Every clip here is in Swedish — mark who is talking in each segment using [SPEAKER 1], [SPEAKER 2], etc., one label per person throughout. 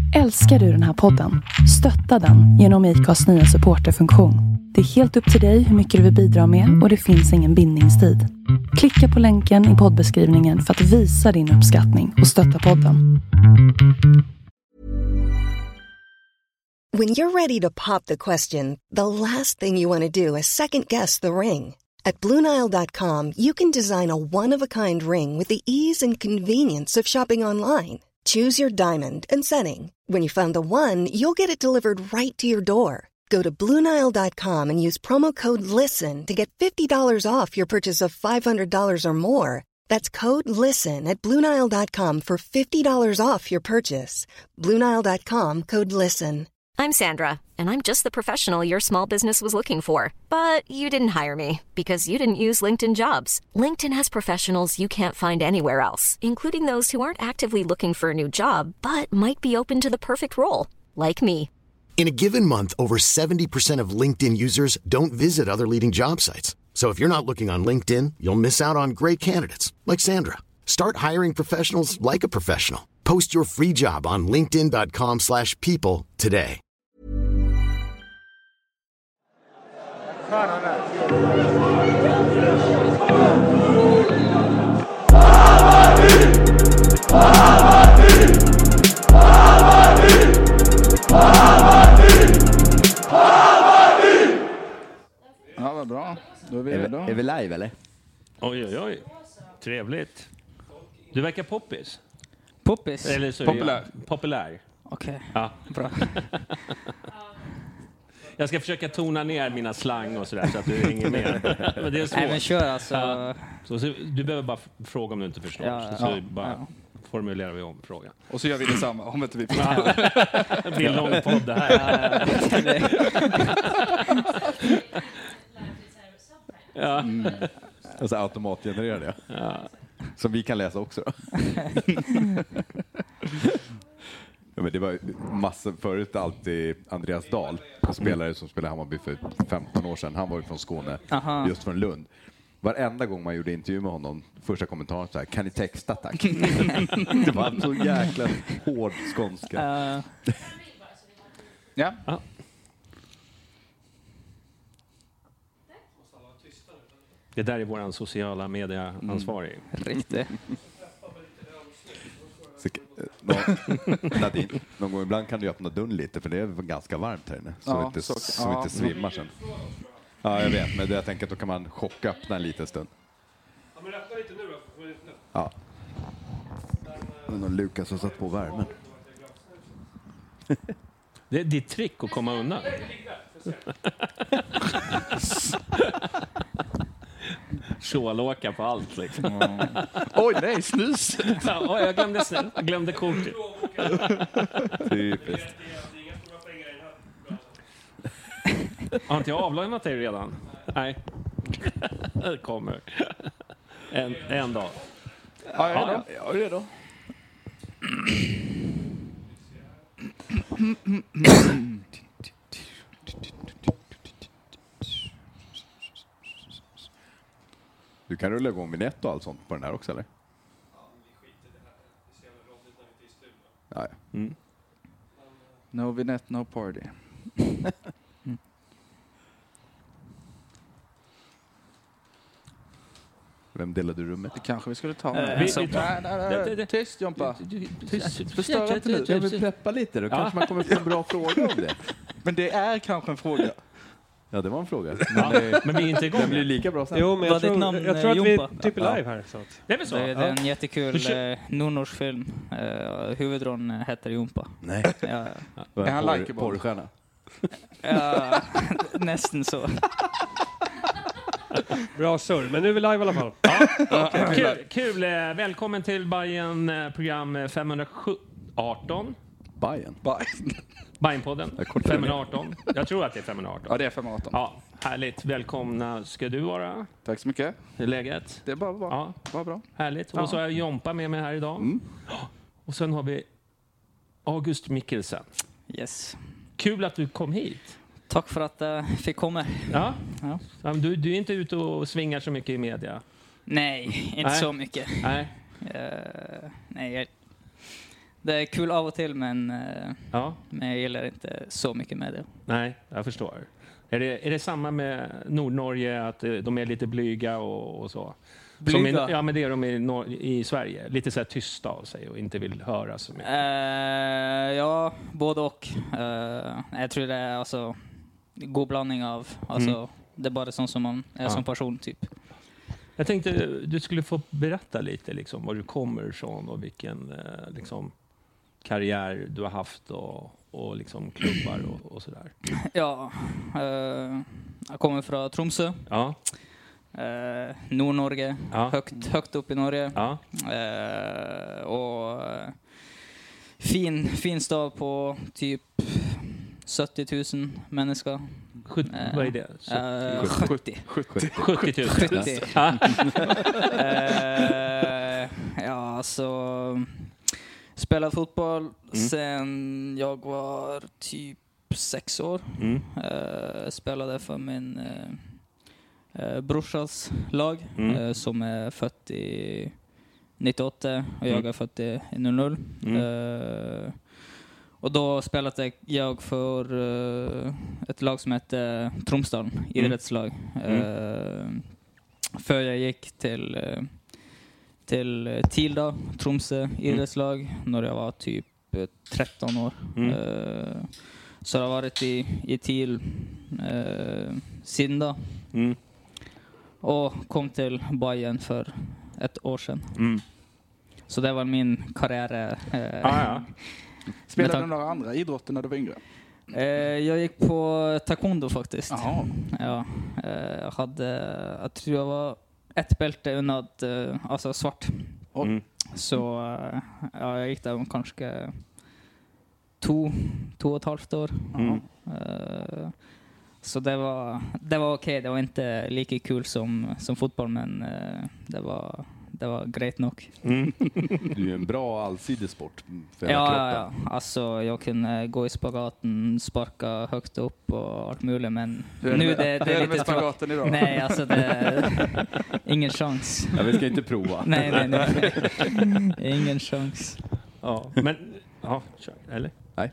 [SPEAKER 1] Älskar du den här podden? Stötta den genom IKAs nya supporterfunktion. Det är helt upp till dig hur mycket du vill bidra med och det finns ingen bindningstid. Klicka på länken i poddbeskrivningen för att visa din uppskattning och stötta podden.
[SPEAKER 2] When you're ready to pop the question, the last thing you want to do is second guess the ring. At BlueNile.com you can design a one-of-a-kind ring with the ease and convenience of shopping online. Choose your diamond and setting. When you find the one, you'll get it delivered right to your door. Go to BlueNile.com and use promo code LISTEN to get $50 off your purchase of $500 or more. That's code LISTEN at BlueNile.com for $50 off your purchase. BlueNile.com, code LISTEN.
[SPEAKER 3] I'm Sandra, and I'm just the professional your small business was looking for. But you didn't hire me because you didn't use LinkedIn Jobs. LinkedIn has professionals you can't find anywhere else, including those who aren't actively looking for a new job, but might be open to the perfect role, like me.
[SPEAKER 4] In a given month, over 70% of LinkedIn users don't visit other leading job sites. So if you're not looking on LinkedIn, you'll miss out on great candidates like Sandra. Start hiring professionals like a professional. Post your free job on linkedin.com/people today.
[SPEAKER 5] Ja, vad bra. Då är vi redo.
[SPEAKER 6] Är vi live eller?
[SPEAKER 7] Oj. Trevligt. Du verkar poppis.
[SPEAKER 8] Poppis?
[SPEAKER 7] Eller så populär.
[SPEAKER 8] Okej,
[SPEAKER 7] Ja.
[SPEAKER 8] bra.
[SPEAKER 7] Jag ska försöka tona ner mina slang och sådär så att du hänger med. Men det är svårt.
[SPEAKER 8] Nej, men kör alltså.
[SPEAKER 7] Ja. Så du behöver bara fråga om du inte förstår. Så bara formulerar vi om frågan.
[SPEAKER 5] Och så gör vi detsamma om inte vi förstår.
[SPEAKER 7] Det blir en lång podd det här.
[SPEAKER 6] Ja. Och så automatgenererade jag. Ja. Som vi kan läsa också. Ja, men det var massor förut alltid Andreas Dahl, en spelare som spelade Hammarby för 15 år sedan. Han var ju från Skåne, just från Lund. Varenda gång man gjorde intervju med honom, första kommentaren så här: kan ni texta tack? Det var så jäkla hård skånska.
[SPEAKER 5] Ja.
[SPEAKER 7] Det där är våran sociala medieansvarig.
[SPEAKER 8] Riktigt.
[SPEAKER 6] Nadine, någon gång ibland kan du öppna dörren lite för det är ganska varmt här inne. Så vi inte svimmar sen. Ja, jag vet, men jag tänker att då kan man chocka öppna en liten stund.
[SPEAKER 9] Ja, men öppna lite nu då.
[SPEAKER 6] Ja. Det är någon Lukas har satt på värmen.
[SPEAKER 7] Det är ditt trick att komma undan. Sjålåka på allt liksom.
[SPEAKER 5] Oj, nej, snus.
[SPEAKER 7] Ja, jag glömde kortet.
[SPEAKER 6] Typiskt.
[SPEAKER 7] Har inte jag avlämnat dig redan? Nej. Det kommer. En dag.
[SPEAKER 5] Ja, jag är redo.
[SPEAKER 6] Du kan rulla igång vinett och allt sånt på den här också, eller? Ja.
[SPEAKER 5] Mm. No vinett, no party.
[SPEAKER 6] Vem delade du rummet?
[SPEAKER 5] Det kanske vi skulle ta.
[SPEAKER 7] Nej.
[SPEAKER 5] Tyst, Jompa. Förstör inte nu.
[SPEAKER 6] Jag vill preppa lite, då kanske man kommer få en bra fråga om det.
[SPEAKER 5] Men det är kanske en fråga.
[SPEAKER 6] Ja, det var en fråga.
[SPEAKER 7] Men vi är inte igång.
[SPEAKER 6] Den blir lika bra sen.
[SPEAKER 9] Jo, men jag tror att vi är typ live här. Så att.
[SPEAKER 7] Det är väl så?
[SPEAKER 8] Det är en jättekul nonnorsfilm. Huvudrollen heter Jompa.
[SPEAKER 6] Nej.
[SPEAKER 8] Ja.
[SPEAKER 5] Är han likeable?
[SPEAKER 6] Porrstjärna?
[SPEAKER 8] Ja, nästan så.
[SPEAKER 9] Bra surr, men nu är vi live i alla fall.
[SPEAKER 7] Ja. Kul. Välkommen till Bajen program 518. Bajenpodden 518. Jag tror att det är 518.
[SPEAKER 5] Ja, det är 518.
[SPEAKER 7] Ja, härligt. Välkomna ska du vara.
[SPEAKER 5] Tack så mycket.
[SPEAKER 7] Hur är läget?
[SPEAKER 5] Det är bara bra.
[SPEAKER 7] Ja.
[SPEAKER 5] Bara bra.
[SPEAKER 7] Härligt. Och så har jag Jompa med mig här idag. Och sen har vi August Mikkelsen.
[SPEAKER 8] Yes.
[SPEAKER 7] Kul att du kom hit.
[SPEAKER 8] Tack för att jag fick komma.
[SPEAKER 7] Ja. Du är inte ute och svingar så mycket i media?
[SPEAKER 8] Nej, inte så mycket.
[SPEAKER 7] Nej.
[SPEAKER 8] Nej, Det är kul av och till, men jag gillar inte så mycket med det.
[SPEAKER 7] Nej, jag förstår. Är det samma med Nordnorge, att de är lite blyga och så?
[SPEAKER 8] Blyga?
[SPEAKER 7] Ja, men det är de i Sverige. Lite så här tysta av sig och inte vill höra så mycket.
[SPEAKER 8] Ja, både och. Jag tror det är alltså god blandning av. Alltså, det är bara sånt som man är som person, typ.
[SPEAKER 7] Jag tänkte du skulle få berätta lite liksom, var du kommer ifrån och vilken liksom, karriär du har haft och liksom, klubbar och sådär. Ja,
[SPEAKER 8] jag kommer från Tromsø.
[SPEAKER 7] Ja.
[SPEAKER 8] Nordnorge, högt upp i Norge.
[SPEAKER 7] Ja.
[SPEAKER 8] Och fin stad på typ 70 000 människor.
[SPEAKER 7] Vad är det?
[SPEAKER 8] 70 000. 70. Ja, så spelat fotboll sen jag var typ 6 år. Spelade för min brorsas lag som är född i 98 och jag är född i 00. Och då spelade jag för ett lag som heter Tromsdalen, idrottslag. För jag gick till Tilda, Tromsø idrottslag, när jag var typ 13 år. Så jag har varit i Til Sinda. Och kom till Bayern för ett år sedan. Så det var min karriär.
[SPEAKER 10] Spelade du några andra idrotter när du var yngre?
[SPEAKER 8] Jag gick på taekwondo faktiskt.
[SPEAKER 10] Ja,
[SPEAKER 8] jag tror jag var ett bälte unnad, alltså svart. Så jag gick där kanske 2,5 år. Så det var okej. Det var inte lika kul som fotboll, men det var grejt nog.
[SPEAKER 6] Det är ju en bra allsidig sport för hela kroppen.
[SPEAKER 8] Ja. Alltså, jag kunde gå i spagaten, sparka högt upp och allt möjligt, men nu det är lite
[SPEAKER 10] med spagaten idag.
[SPEAKER 8] Nej, alltså det är ingen chans.
[SPEAKER 6] Ja, vi ska inte prova.
[SPEAKER 8] Nej. Ingen chans.
[SPEAKER 7] Ja, men eller?
[SPEAKER 6] Nej.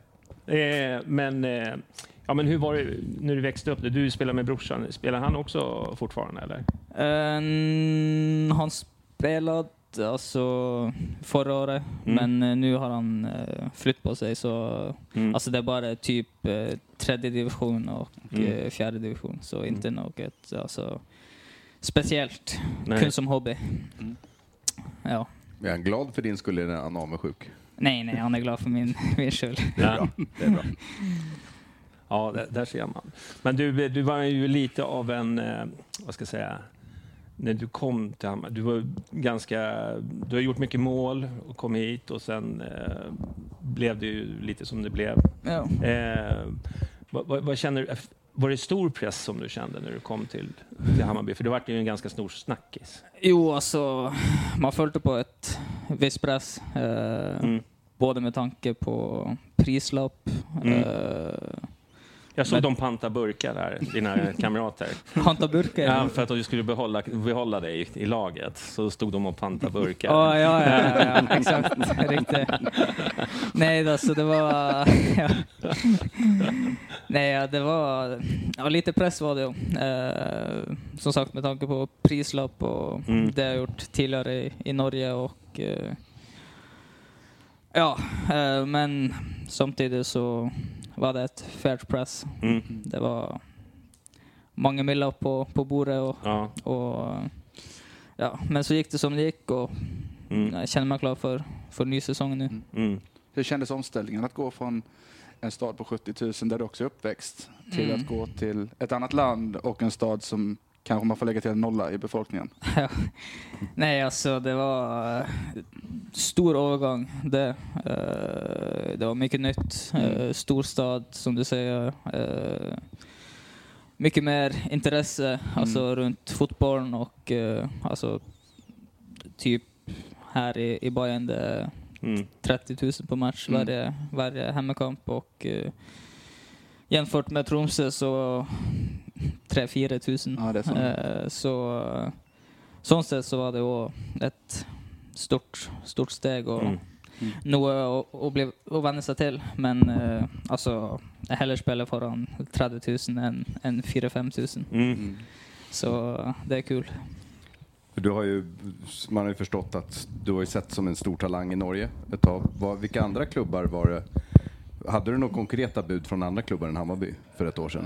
[SPEAKER 7] Men hur var det när du växte upp? Du spelar med brorsan. Spelar han också fortfarande, eller?
[SPEAKER 8] Han spelade alltså förra året, men nu har han flytt på sig, så alltså det är bara typ 3:e division och 4:e division, så inte något alltså speciellt. Kun som hobby. Ja.
[SPEAKER 6] Är han glad för din skull eller är han avundsjuk?
[SPEAKER 8] Nej, han är glad för min skull.
[SPEAKER 6] Det är bra.
[SPEAKER 7] Ja, där ser man. Men du var ju lite av en, vad ska jag säga, när du kom till Hammar, du har gjort mycket mål och kom hit, och sen blev det ju lite som det blev.
[SPEAKER 8] Ja.
[SPEAKER 7] Vad känner du? Var det stor press som du kände när du kom till Hammarby? För det var ju en ganska stor snackis.
[SPEAKER 8] Jo, alltså man följde på ett viss press. Både med tanke på prislapp.
[SPEAKER 7] Jag såg dem panta burkar där, dina kamrater.
[SPEAKER 8] Panta burkar?
[SPEAKER 7] Ja, för att du skulle behålla dig i laget. Så stod de och panta burkar.
[SPEAKER 8] Ja, exakt. Riktigt. Nej, alltså det var... Ja. Nej, det var... Ja, lite press var det. Som sagt, med tanke på prislapp och det jag gjort tidigare i Norge och... men samtidigt så var det ett fair press. Det var många millar på bordet och men så gick det som det gick, och jag känner mig klar för ny säsong nu.
[SPEAKER 10] Hur kändes omställningen att gå från en stad på 70 000 där du också är uppväxt till att gå till ett annat land och en stad som kanske man får lägga till en nolla i befolkningen?
[SPEAKER 8] Nej, alltså det var stor övergång. Det var mycket nytt. Storstad, som du säger. Mycket mer intresse alltså runt fotbollen, och alltså typ här i Bayern det 30 000 på match varje hemmakamp, och jämfört med Tromsø så 3-4 000.
[SPEAKER 10] Ja, det är
[SPEAKER 8] så sånt sätt så var det ett stort steg, och noe å venne seg til. Men altså, jeg heller spiller foran 30 000 enn 4-5 000. Så det är kul.
[SPEAKER 6] Man har ju förstått att du har ju sett som en stor talang i Norge ett tag. Vilka andra klubbar var det? Hade du några konkreta bud från andra klubbar än Hammarby för ett år sedan?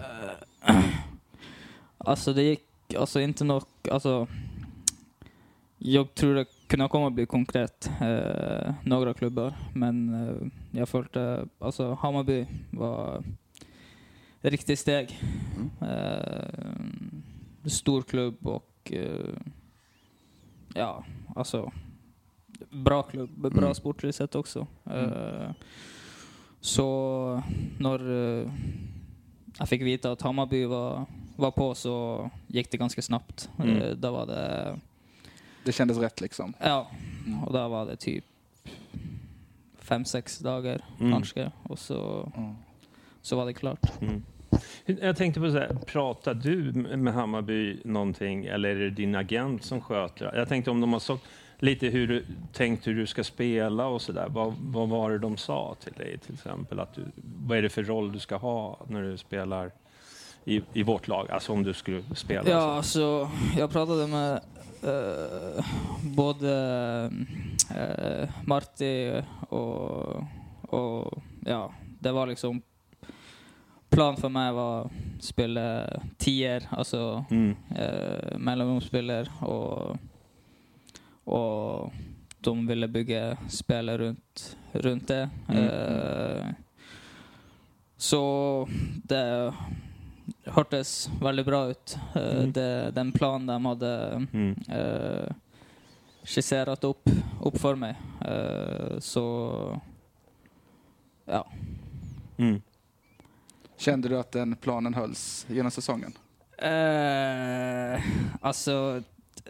[SPEAKER 8] Alltså det gick inte något, alltså jag tror det kunde komma att bli konkret några klubbar, men jag följde, alltså Hammarby var ett riktigt steg. Stor klubb och ja, alltså bra klubb, bra sportligt sett också. Så när jag fick veta att Hammarby var på, så gick det ganska snabbt. Då var
[SPEAKER 10] det kändes rätt liksom.
[SPEAKER 8] Ja, och då var det typ 5-6 dagar kanske, och så var det klart.
[SPEAKER 7] Jag tänkte på så här, pratar du med Hammarby någonting, eller är det din agent som sköter? Jag tänkte om de har sagt lite hur du ska spela och så där. Vad var det de sa till dig till exempel? Vad är det för roll du ska ha när du spelar i vårt lag? Alltså om du skulle spela.
[SPEAKER 8] Ja, så jag pratade med både Marti och ja, det var liksom plan för mig var att spela 10, alltså mellanrumsspelare, och de ville bygga spel runt det. Så det hördes väldigt bra ut. Den plan de hade skisserat upp för mig. Så ja.
[SPEAKER 10] Kände du att den planen hölls genom säsongen?
[SPEAKER 8] Alltså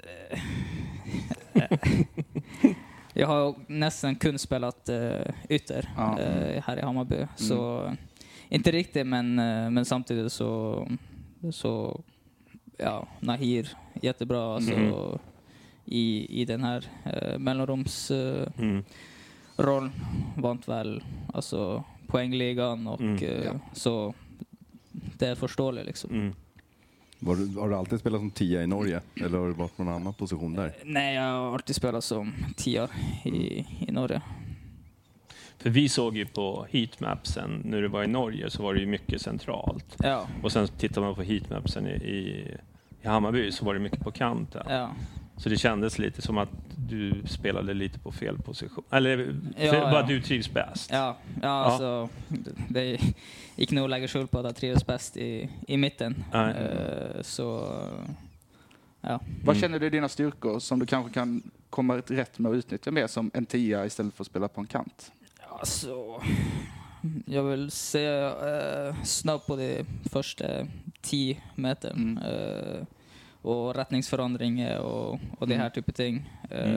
[SPEAKER 8] jag har nästan kun spelat ytter här i Hammarby, så inte riktigt, men samtidigt så ja, Nahir jättebra alltså i den här mellanrums roll, vant väl alltså poängligan, och så det är förståeligt liksom.
[SPEAKER 6] Har du alltid spelat som 10 i Norge, eller har du varit på någon annan position där?
[SPEAKER 8] Nej, jag har alltid spelat som 10 i Norge.
[SPEAKER 7] För vi såg ju på heatmapsen när du var i Norge, så var det ju mycket centralt. Ja. Och sen tittar man på heatmapsen i Hammarby, så var det mycket på kanten. Ja. Så det kändes lite som att du spelade lite på fel position. Eller vad du trivs bäst.
[SPEAKER 8] Ja. Alltså det gick nog att lägga skuld på att jag trivs bäst i mitten. Så ja.
[SPEAKER 10] Vad känner du är dina styrkor som du kanske kan komma rätt med att utnyttja mer som en 10 istället för att spela på en kant?
[SPEAKER 8] Alltså, jag vill säga snabb på det första 10 metern. Och rättningsförändring och det här typ av ting.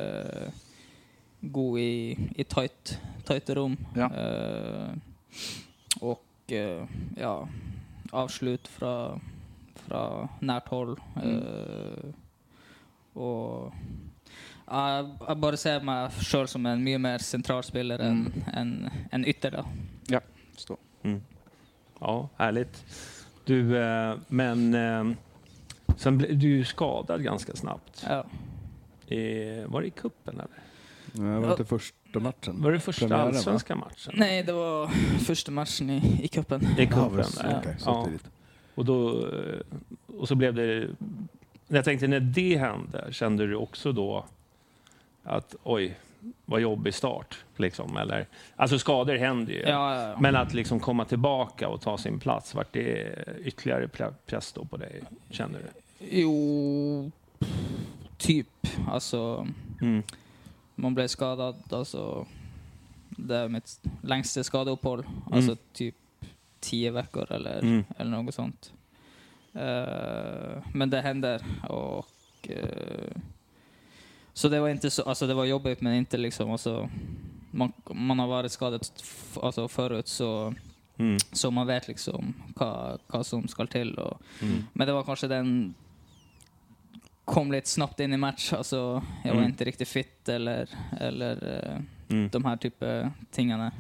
[SPEAKER 8] Gå i tajt rum. Ja. Och ja, avslut från närt håll. Och jag bara ser mig själv som en mycket mer centralspelare än ytter då.
[SPEAKER 10] Ja, förstår.
[SPEAKER 7] Ja, härligt. Du, men sen blev du ju skadad ganska snabbt.
[SPEAKER 8] Ja.
[SPEAKER 7] Var det i kuppen eller?
[SPEAKER 6] Nej, var det inte första matchen?
[SPEAKER 7] Var det första allsvenska matchen?
[SPEAKER 8] Nej, det var första matchen i kuppen.
[SPEAKER 7] I kuppen,
[SPEAKER 6] ja.
[SPEAKER 7] Och så blev det... Jag tänkte, när det hände, kände du också då att oj, vad jobbig start liksom, eller alltså skador händer ju.
[SPEAKER 8] Ja.
[SPEAKER 7] Men att liksom komma tillbaka och ta sin plats, vart det ytterligare press då på dig, känner du?
[SPEAKER 8] Jo, typ, alltså man blev skadad, alltså det är mitt längsta skadeuppehåll, alltså typ 10 veckor eller något sånt. Men det händer, och så det var inte så, alltså det var jobbigt, men inte liksom, alltså man har varit skadad alltså förut, så man vet liksom vad som ska till, och men det var kanske den kom lite snabbt in i match, alltså jag var inte riktigt fit eller de här typ tingarna.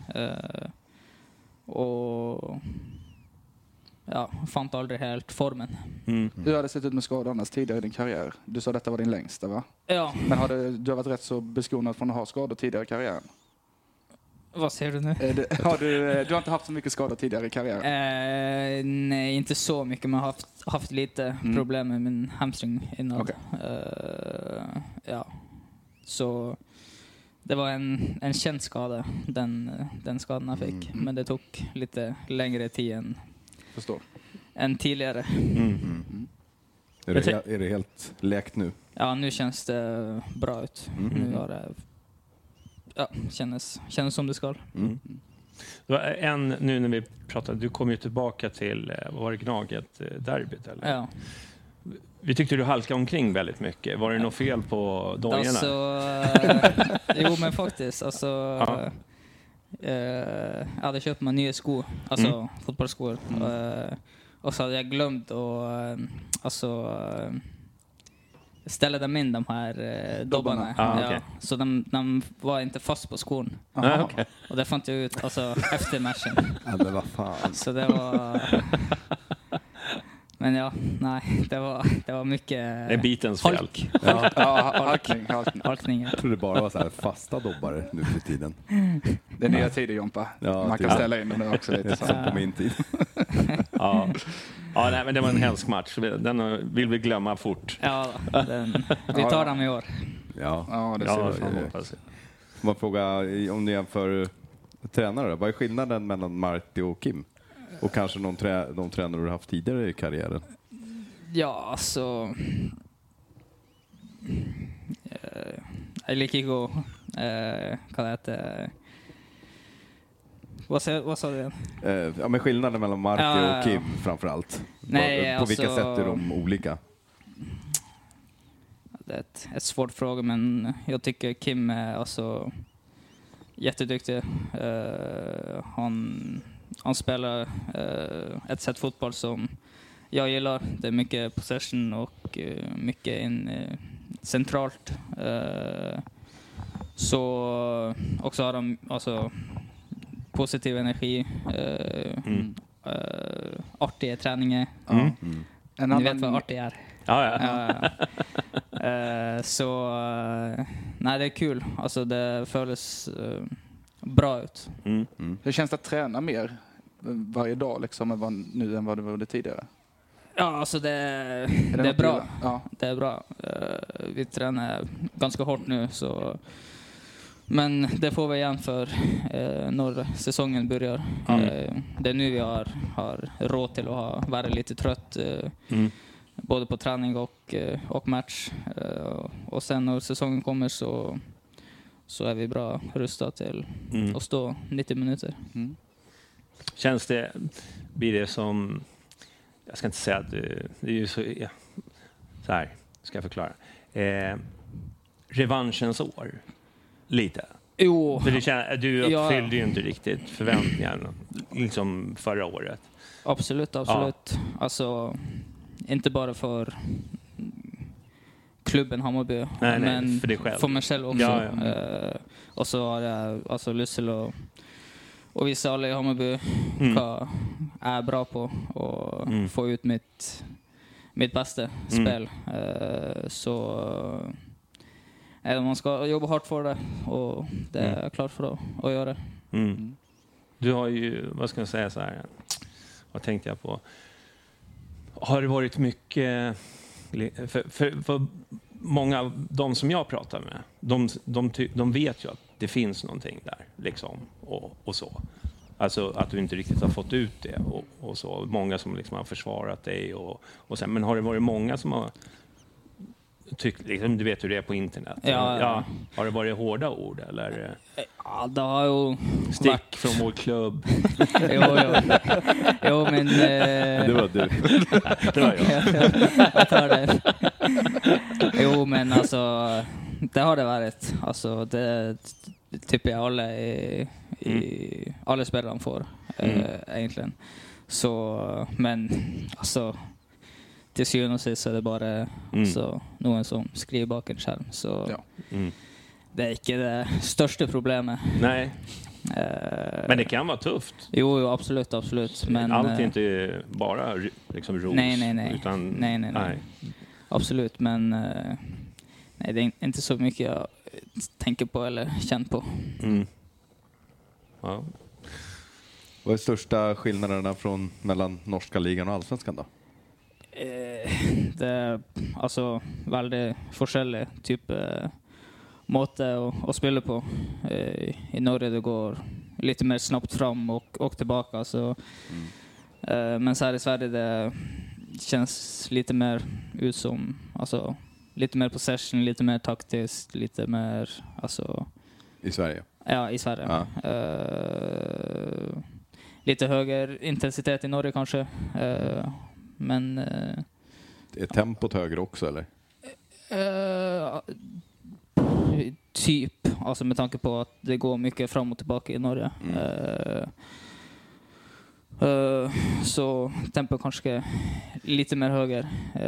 [SPEAKER 8] Och ja, fann aldrig helt formen.
[SPEAKER 10] Hur har det sett ut med skador annars tidigare i din karriär? Du sa detta var din längsta, va?
[SPEAKER 8] Ja.
[SPEAKER 10] Men du har varit rätt så beskonad från att ha skador tidigare i karriären?
[SPEAKER 8] Vad säger du nu?
[SPEAKER 10] Du har inte haft så mycket skador tidigare i karriären?
[SPEAKER 8] Nej, inte så mycket, men jag har haft lite problem med min hamstring innan.
[SPEAKER 10] Okay.
[SPEAKER 8] Ja. Så det var en känd skada, den skadan jag fick. Men det tog lite längre tid än tidigare.
[SPEAKER 6] Är det helt läkt nu?
[SPEAKER 8] Ja, nu känns det bra ut. Nu har det känns som det ska.
[SPEAKER 7] Nu när vi pratade, du kom ju tillbaka till, var det Gnaget derbyt eller?
[SPEAKER 8] Ja.
[SPEAKER 7] Vi tyckte du halkade omkring väldigt mycket. Var det något fel på dojorna?
[SPEAKER 8] Alltså, jo men faktiskt. Alltså, jag hade köpt mig nya skor, alltså fotbollsskor. Och så hade jag glömt att ställa dem in de här dobbarna.
[SPEAKER 7] Okay.
[SPEAKER 8] Så de var inte fast på skon.
[SPEAKER 7] Okay.
[SPEAKER 8] Och det fann jag ut efter matchen.
[SPEAKER 6] Ja, men vad fan.
[SPEAKER 8] Så det var... Men ja, nej, det var mycket...
[SPEAKER 7] Det är bitens fel.
[SPEAKER 8] Halkning.
[SPEAKER 6] Jag trodde det bara var så här fasta dobbar nu för tiden.
[SPEAKER 10] Det är nya tider, Jompa.
[SPEAKER 6] Ja,
[SPEAKER 10] man kan ställa in dem också lite.
[SPEAKER 6] Som på min tid.
[SPEAKER 7] Nej, men det var en hemsk match. Den vill vi glömma fort.
[SPEAKER 8] Ja, vi tar den i år.
[SPEAKER 6] Ja,
[SPEAKER 10] det ser vi fram emot.
[SPEAKER 6] Man frågar om ni jämför tränare. Vad är skillnaden mellan Marti och Kim? Och kanske de tränare du har haft tidigare i karriären?
[SPEAKER 8] Ja, alltså... Jag liker gå... Vad heter... Vad sa du igen?
[SPEAKER 6] Ja, men skillnaden mellan Marti och Kim framförallt.
[SPEAKER 8] Nej,
[SPEAKER 6] på vilka sätt är de olika?
[SPEAKER 8] Det är ett svårt fråga, men jag tycker Kim är jätteduktig. Han spelar ett sätt fotboll som jag gillar. Det är mycket possession och mycket centralt. Så också har de positiv energi, artiga träningar. Ni vet vad artig är. Så nej, det är kul. Alltså det följes bra ut.
[SPEAKER 10] Hur känns det att träna mer varje dag liksom än vad det var tidigare?
[SPEAKER 8] Ja, alltså det är bra. Ja. Det är bra. Vi tränar ganska hårt nu, så men det får vi igen för när säsongen börjar. Det är nu vi har råd till att vara lite trött både på träning och match. Och sen när säsongen kommer så är vi bra rustade till att stå 90 minuter.
[SPEAKER 7] Känns det, blir det som, jag ska inte säga att det är ju så här ska jag förklara. Revanschens år. Lite.
[SPEAKER 8] Jo.
[SPEAKER 7] För du uppfyllde ju inte riktigt förväntningarna liksom förra året.
[SPEAKER 8] Absolut. Ja. Alltså, inte bara för klubben Hammarby, men för mig själv också. Ja. Och så har jag lust till att visa alla i Hammarby vad jag är bra på och få ut mitt bästa spel. Så man ska jobba hårt för det, och det är klart för att göra.
[SPEAKER 7] Du har ju, vad ska jag säga så här, vad tänkte jag på? Har det varit mycket, för många av de som jag pratar med, de vet ju att det finns någonting där liksom, och så. Alltså att du inte riktigt har fått ut det och så. Många som liksom har försvarat dig och sen, men har det varit många som har tyckt, liksom, du vet hur det är på internet. Ja. Har det varit hårda ord eller?
[SPEAKER 8] Ja, det har ju
[SPEAKER 7] stick från vår klubb.
[SPEAKER 8] Jo, men
[SPEAKER 6] det var du.
[SPEAKER 7] Det var jag.
[SPEAKER 8] Jag tar det. Jo, men alltså det har det varit. Alltså det tycker jag alla spelare får egentligen. Så men alltså till syvende och sist så är det bara någon som skriver bak en skärm. Så Det är inte det största problemet.
[SPEAKER 7] Nej. Men det kan vara tufft.
[SPEAKER 8] Jo, absolut. Men
[SPEAKER 7] allt är inte bara liksom ros.
[SPEAKER 8] Nej.
[SPEAKER 7] Utan,
[SPEAKER 8] nej. Absolut, men nej, det är inte så mycket jag tänker på eller känner på.
[SPEAKER 7] Ja.
[SPEAKER 6] Vad är största skillnaderna mellan norska ligan och allsvenskan då?
[SPEAKER 8] Det är alltså väldigt forskjellig typ måte att spela på. I Norge det går lite mer snabbt fram och tillbaka. Så, men så här i Sverige det känns lite mer ut som alltså, lite mer possession, lite mer taktiskt, lite mer alltså,
[SPEAKER 6] i Sverige?
[SPEAKER 8] Ja, i Sverige. Ja. Lite högre intensitet i Norge kanske. Men
[SPEAKER 6] är tempot högre också eller?
[SPEAKER 8] Typ, alltså med tanke på att det går mycket fram och tillbaka i Norge. Så tempo kanske lite mer högre.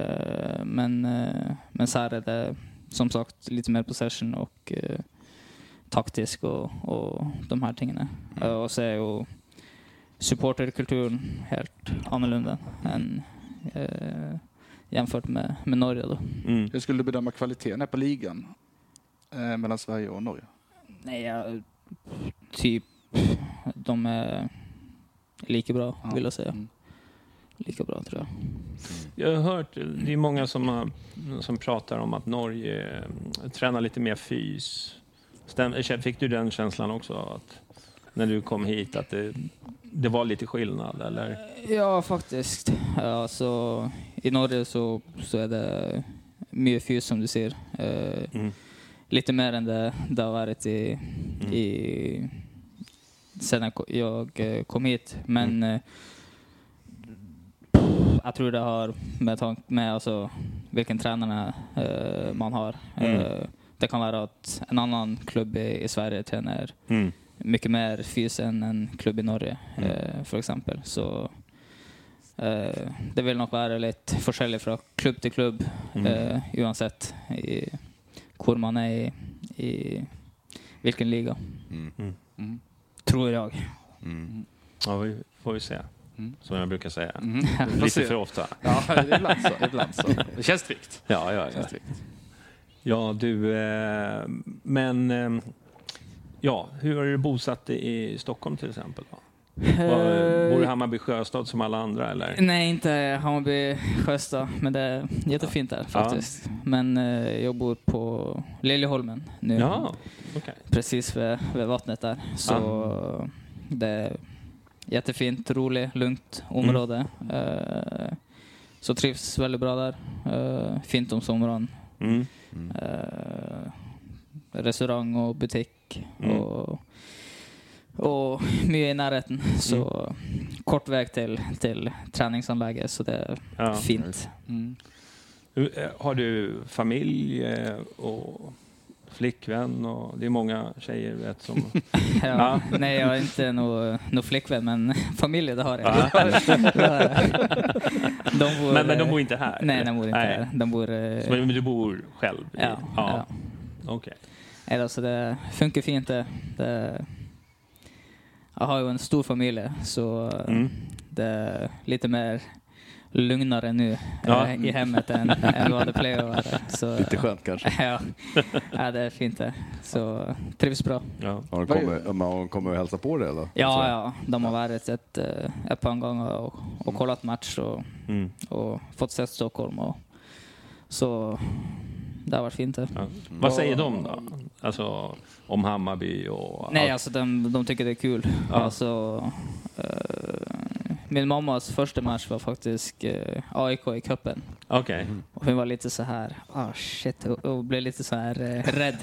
[SPEAKER 8] Men så här är det som sagt lite mer possession och taktisk och de här tingen. Och så är ju supporterkulturen helt annorlunda än jämfört med Norge då.
[SPEAKER 10] Hur skulle du bedöma kvaliteten på ligan mellan Sverige och Norge?
[SPEAKER 8] Nej, typ de är lika bra vill jag säga. Lika bra tror jag.
[SPEAKER 7] Jag har hört, det är många som pratar om att Norge tränar lite mer fys. Fick du den känslan också att när du kom hit att det var lite skillnad eller? Ja,
[SPEAKER 8] faktiskt. Ja, så i Norge så är det mycket fys som du ser. Lite mer än det har varit i sen jag kom hit. Men jag tror det har med alltså vilken tränare man har. Det kan vara att en annan klubb i Sverige tränar mycket mer fys än en klubb i Norge för exempel. Så det vill nog vara lite forskjelligt från klubb till klubb oavsett hur man är i vilken liga. Tror jag.
[SPEAKER 7] Ja, vi får ju se. Som jag brukar säga. Lite för ofta.
[SPEAKER 10] Ja, ibland så. Det känns tryggt.
[SPEAKER 7] Ja. Ja, du, men ja, hur är du bosatt i Stockholm till exempel då? Bor du i Hammarby Sjöstad som alla andra eller?
[SPEAKER 8] Nej, inte Hammarby Sjöstad, men det är jättefint där faktiskt. Men jag bor på Liljeholmen nu.
[SPEAKER 7] Ja, okay.
[SPEAKER 8] Precis vid vattnet där. Så det är jättefint, roligt, lugnt område. Så trivs väldigt bra där. Fint om sommaren. Restaurang och butik och mycket i närheten. Så kort väg till träningsanlägget, så det är fint.
[SPEAKER 7] Har du familj och flickvän? Och det är många tjejer vet som...
[SPEAKER 8] Nej, jag har inte någon flickvän, men familj det har jag.
[SPEAKER 7] Men de bor inte här?
[SPEAKER 8] Nej, de bor inte här.
[SPEAKER 7] Men du bor själv?
[SPEAKER 8] Ja.
[SPEAKER 7] Okej.
[SPEAKER 8] Så det funkar fint det. Jag har ju en stor familj, så det är lite mer lugnare nu i hemmet än vad det plejer att vara. Så,
[SPEAKER 6] lite skönt kanske.
[SPEAKER 8] Ja, det är fint det. Så trivs bra.
[SPEAKER 6] Ja. Har de kommit och hälsa på det eller?
[SPEAKER 8] Ja, de har varit ett par gånger och kollat match och fått sett Stockholm. Så det har varit fint det.
[SPEAKER 7] Ja. Vad säger de då? Alltså om Hammarby och...
[SPEAKER 8] Nej, alltså de tycker det är kul. Alltså, min mammas första match var faktiskt AIK i cupen.
[SPEAKER 7] Okej.
[SPEAKER 8] Och hon var lite så här, shit, och blev lite så här rädd.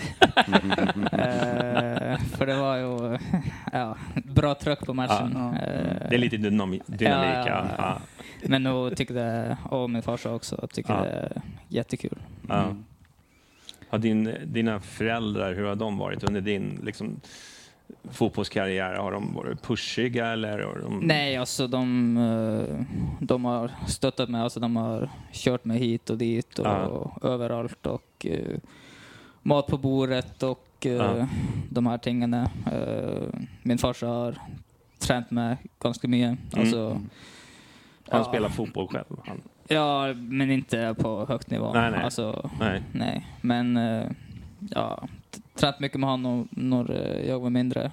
[SPEAKER 8] För det var ju bra tryck på matchen.
[SPEAKER 7] Det är lite dynamik. Ja.
[SPEAKER 8] Men nu tycker det, och min farsa också, tycker det är jättekul.
[SPEAKER 7] Har dina föräldrar, hur har de varit under din liksom, fotbollskarriär? Har de varit pushiga eller?
[SPEAKER 8] Nej, alltså de har stöttat mig. Alltså de har kört mig hit och dit och överallt och mat på bordet och och de här tingarna. Min farsa har tränat med ganska mycket. Alltså,
[SPEAKER 7] han spelar fotboll själv?
[SPEAKER 8] Ja, men inte på högt nivå.
[SPEAKER 7] Nej.
[SPEAKER 8] Alltså, nej. Men tränat mycket med honom när jag var mindre.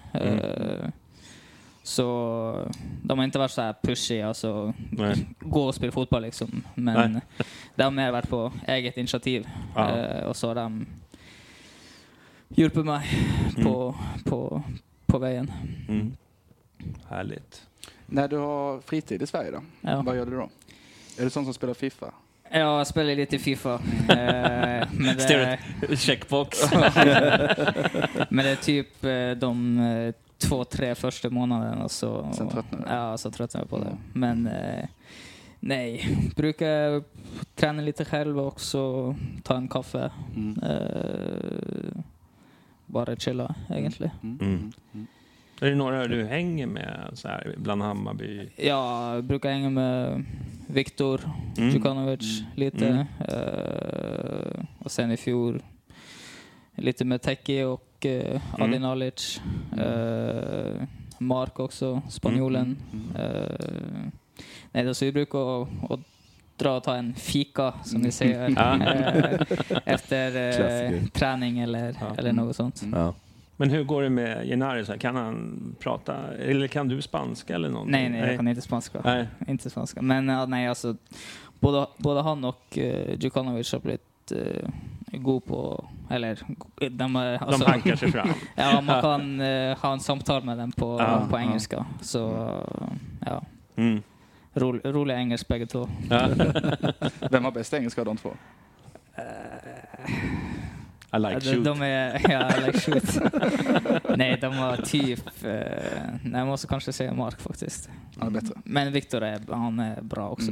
[SPEAKER 8] Så de har inte varit så här pushy, alltså gå och spela fotboll liksom. Men de har mer varit på eget initiativ. Och så har de hjälpt mig på vägen.
[SPEAKER 7] Härligt.
[SPEAKER 10] När du har fritid i Sverige då, vad gör du då? Är det sån som spelar FIFA?
[SPEAKER 8] Ja, jag spelar lite FIFA. Men
[SPEAKER 7] checkbox.
[SPEAKER 8] Men det är typ de 2-3 första månaderna så
[SPEAKER 10] sen tröttnar du?
[SPEAKER 8] Ja, så tröttnar jag på det. Men nej, brukar träna lite själv också, ta en kaffe. Bara chilla egentligen.
[SPEAKER 7] Är det några du hänger med så här, bland Hammarby?
[SPEAKER 8] Ja, jag brukar hänga med Viktor Djukanovic lite. Och sen i fjol lite med Teki och Adi Nalic. Mark också, spanjolen. Nej, så vi brukar och dra och ta en fika, som ni säger, efter träning eller något sånt.
[SPEAKER 7] Men hur går det med Genaris? Kan han prata, eller kan du spanska eller någonting?
[SPEAKER 8] Nej, jag kan inte spanska. Nej. Inte spanska. Men nej, alltså både han och Djukanovic har blivit god på, eller de
[SPEAKER 7] hankar sig fram.
[SPEAKER 8] Ja, man kan ha en samtal med dem på engelska. Så ja. Roliga engelska bägge två.
[SPEAKER 10] Vem har bäst engelska av de två?
[SPEAKER 7] I like shoot.
[SPEAKER 8] I like shoot. Nej, de var typ... nej, jag måste kanske säga Mark faktiskt.
[SPEAKER 10] Han är bättre.
[SPEAKER 8] Men Viktor han är bra också.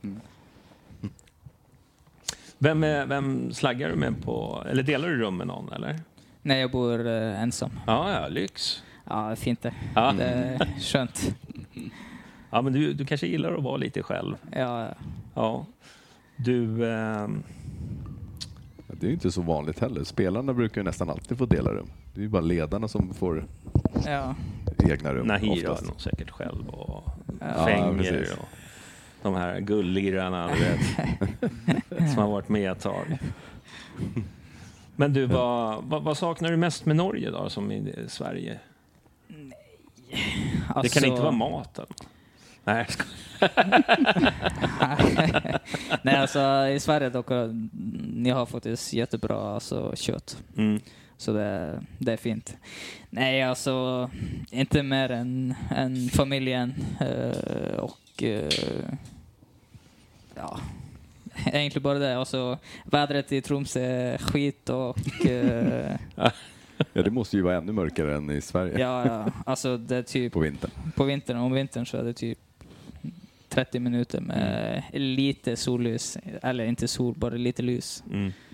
[SPEAKER 7] Vem slaggar du med på... Eller delar du rum med någon, eller?
[SPEAKER 8] Nej, jag bor ensam.
[SPEAKER 7] Ja, lyx.
[SPEAKER 8] Ja, fint det. Ja. Det är skönt.
[SPEAKER 7] Ja, men du kanske gillar att vara lite själv. Ja. Du...
[SPEAKER 6] Det är ju inte så vanligt heller. Spelarna brukar ju nästan alltid få dela rum. Det är ju bara ledarna som får egna rum.
[SPEAKER 7] Nahir har nog säkert själv och Fänger och de här gullirarna som har varit med ett tag. Men du, vad saknar du mest med Norge då, som i Sverige?
[SPEAKER 8] Nej.
[SPEAKER 7] Det kan inte vara maten. Nej,
[SPEAKER 8] nej, alltså i Sverige dock ni har faktiskt jättebra kött. Så det är fint. Nej, alltså inte mer än familjen och egentligen bara det. Alltså vädret i Tromsö är skit och
[SPEAKER 6] ja, det måste ju vara ännu mörkare än i Sverige.
[SPEAKER 8] Ja, alltså det är typ på vintern. Om vintern så är det typ 30 minuter med lite sollys, eller inte sol, bara lite lys.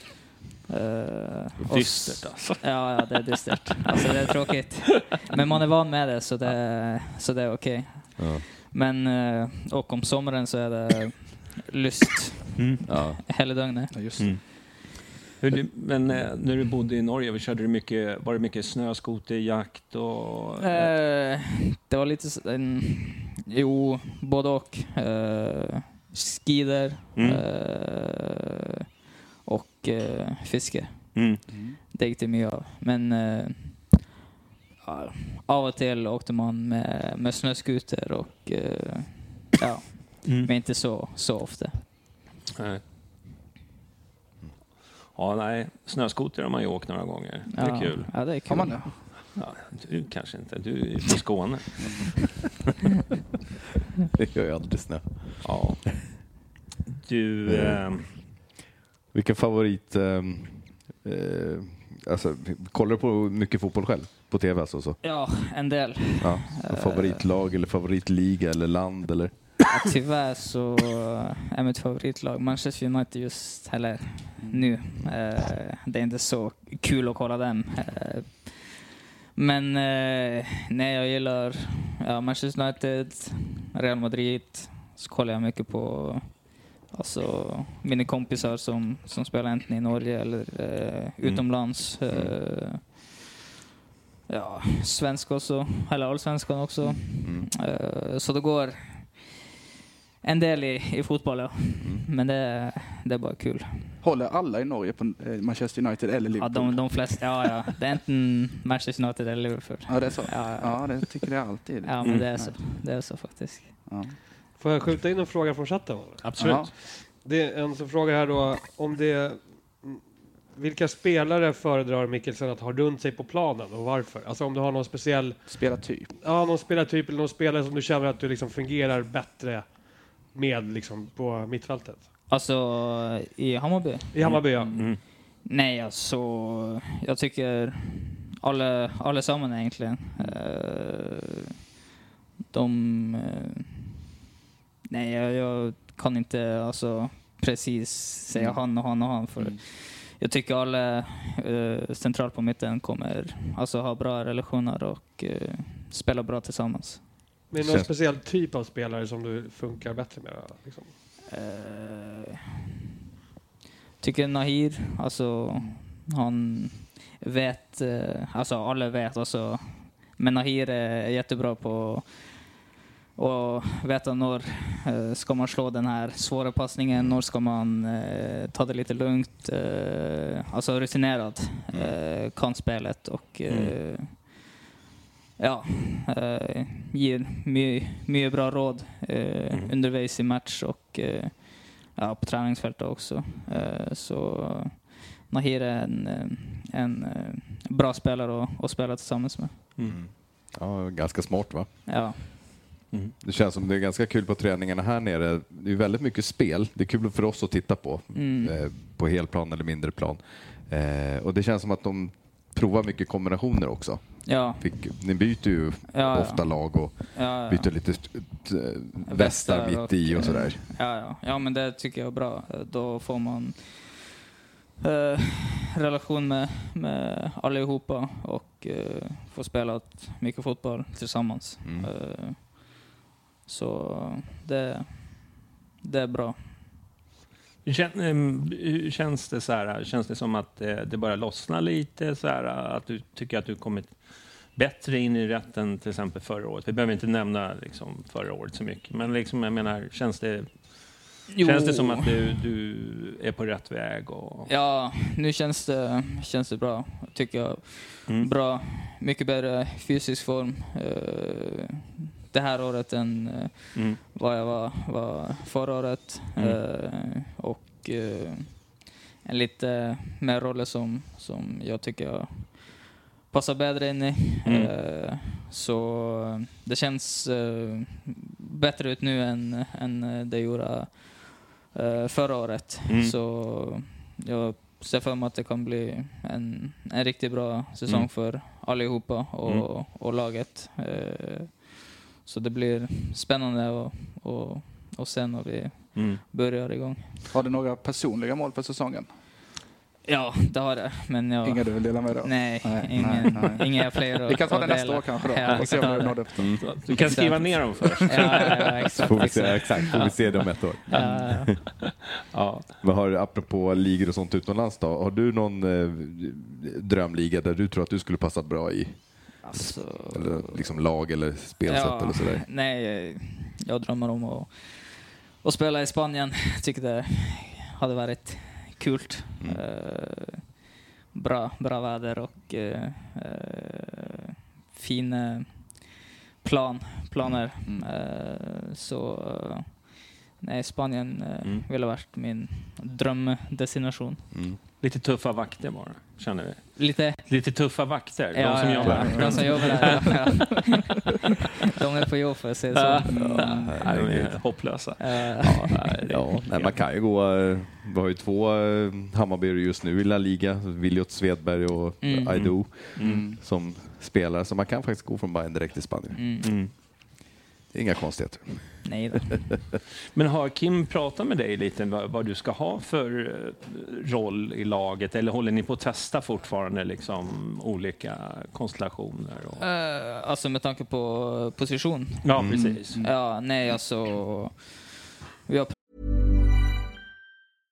[SPEAKER 7] Dystert alltså.
[SPEAKER 8] Ja, det är dystert. Alltså det är tråkigt. Men man är van med det, så det är okej. Ja. Men och om sommaren så är det lyst hela dygnet. Ja, just.
[SPEAKER 7] Men när du bodde i Norge, var det mycket snöskoterjakt och...
[SPEAKER 8] det var lite både och. Skider och fiske. Det gick det mycket av. Men av och till åkte man med snöskoter och men inte så ofta.
[SPEAKER 7] Nej. Ja, nej. Snöskoter har man ju åkt några gånger. Det är kul.
[SPEAKER 8] Ja, det är kul.
[SPEAKER 10] Har man det?
[SPEAKER 7] Ja, du kanske inte. Du är ju från Skåne.
[SPEAKER 6] Det gör jag aldrig snö.
[SPEAKER 7] Ja. Du...
[SPEAKER 6] Vilken favorit... alltså, kollar du på mycket fotboll själv? På tv alltså? Så?
[SPEAKER 8] Ja, en del.
[SPEAKER 6] Ja. Favoritlag eller favoritliga eller land eller...
[SPEAKER 8] Ja, tyvärr så är mitt favoritlag Manchester United just heller nu. Det är inte så kul att kolla dem. Men nej, jag gillar Manchester United, Real Madrid. Så kollar jag mycket på mina kompisar som spelar enten i Norge eller utomlands. svensk också, eller allsvenskan också. Så det går en del i fotboll, ja. Men det är bara kul.
[SPEAKER 10] Håller alla i Norge på Manchester United eller Liverpool?
[SPEAKER 8] Ja, de flesta, ja. Det är inte Manchester United eller Liverpool.
[SPEAKER 10] Ja, det är så. Ja, det tycker jag alltid.
[SPEAKER 8] Ja, men det är så faktiskt.
[SPEAKER 10] Ja.
[SPEAKER 9] Får jag skjuta in en fråga från chatten? Eller?
[SPEAKER 7] Absolut.
[SPEAKER 10] Ja.
[SPEAKER 9] Det är en fråga här då, vilka spelare föredrar Mikkelsen att ha runt sig på planen och varför? Alltså om du har någon speciell
[SPEAKER 10] spelartyp.
[SPEAKER 9] Ja, någon spelartyp eller någon spelare som du känner att du liksom fungerar bättre med liksom på mittfältet.
[SPEAKER 8] Alltså i Hammarby?
[SPEAKER 9] I Hammarby, ja.
[SPEAKER 8] Nej, alltså jag tycker alla samman egentligen. Nej, jag kan inte alltså precis säga han och han för jag tycker alla centralt på mitten kommer alltså ha bra relationer och spela bra tillsammans.
[SPEAKER 9] Men någon speciell typ av spelare som du funkar bättre med liksom?
[SPEAKER 8] Tycker Nahir, alltså han vet, alltså alla vet alltså, men Nahir är jättebra på och veta när ska man slå den här svåra passningen, när ska man ta det lite lugnt, alltså rutinerad kan spelet och ger mycket bra råd undervis i match och på träningsfältet också. Så Nahir är en bra spelare att spela tillsammans med.
[SPEAKER 6] Ja, ganska smart, va?
[SPEAKER 8] Ja.
[SPEAKER 6] Det känns som det är ganska kul på träningarna här nere. Det är väldigt mycket spel. Det är kul för oss att titta på helplan eller mindre plan. Och det känns som att de provar mycket kombinationer också.
[SPEAKER 8] Ja.
[SPEAKER 6] Ni byter ju ofta lag och byter lite västar mitt i och sådär.
[SPEAKER 8] Ja, men det tycker jag är bra. Då får man relation med allihopa och får spela mycket fotboll tillsammans. Så det är bra.
[SPEAKER 7] Hur känns det så här? Känns det som att det bara lossnar lite så här, att du tycker att du kommit bättre in i rätten till exempel förra året? Vi behöver inte nämna liksom förra året så mycket, men liksom jag menar, känns det som att du är på rätt väg? Och...
[SPEAKER 8] Ja, nu känns det bra. Tycker jag. Bra, mycket bättre fysisk form det här året än vad jag var förra året. Och en lite mer roller som jag tycker jag passar bättre in i. Så det känns bättre ut nu än det gjorde förra året. Så jag ser för mig att det kan bli en riktigt bra säsong för allihopa och laget. Så det blir spännande och sen när vi börjar igång.
[SPEAKER 10] Har du några personliga mål för säsongen?
[SPEAKER 8] Ja, det har det. Men
[SPEAKER 10] inga du vill dela med då?
[SPEAKER 8] Nej. Inga fler.
[SPEAKER 10] Vi kan ta det nästa år kanske då.
[SPEAKER 8] Ja,
[SPEAKER 10] och se om du nådde upp då.
[SPEAKER 7] Du kan skriva ner dem först.
[SPEAKER 8] Exakt.
[SPEAKER 6] Får vi se dem ett år.
[SPEAKER 7] Ja.
[SPEAKER 6] Vad har du, apropå ligor och sånt utomlands då? Har du någon drömliga där du tror att du skulle passa bra i?
[SPEAKER 8] Alltså,
[SPEAKER 6] eller liksom lag eller spelsätt eller sådär?
[SPEAKER 8] Nej, jag drömmer om att spela i Spanien. Jag tycker det hade varit kul. Bra väder och fina planer. Så nej, Spanien ville varit min drömdestination.
[SPEAKER 7] Lite tuffa vakter bara, känner vi. Lite tuffa vakter,
[SPEAKER 8] ja,
[SPEAKER 7] de som jobbar.
[SPEAKER 8] De som jobbar där, De är på jobb för att se så.
[SPEAKER 7] De är hopplösa.
[SPEAKER 6] Nej, man kan ju gå. Vi har ju 2 Hammarby just nu i La Liga. Viljot Svedberg och Aido som spelar. Så man kan faktiskt gå från Bayern direkt till Spanien. Inga konstigheter.
[SPEAKER 8] Nej.
[SPEAKER 7] Men har Kim pratat med dig lite vad du ska ha för roll i laget? Eller håller ni på att testa fortfarande liksom olika konstellationer?
[SPEAKER 8] Alltså med tanke på position?
[SPEAKER 7] Ja, precis.
[SPEAKER 8] Ja, nej, alltså... Vi har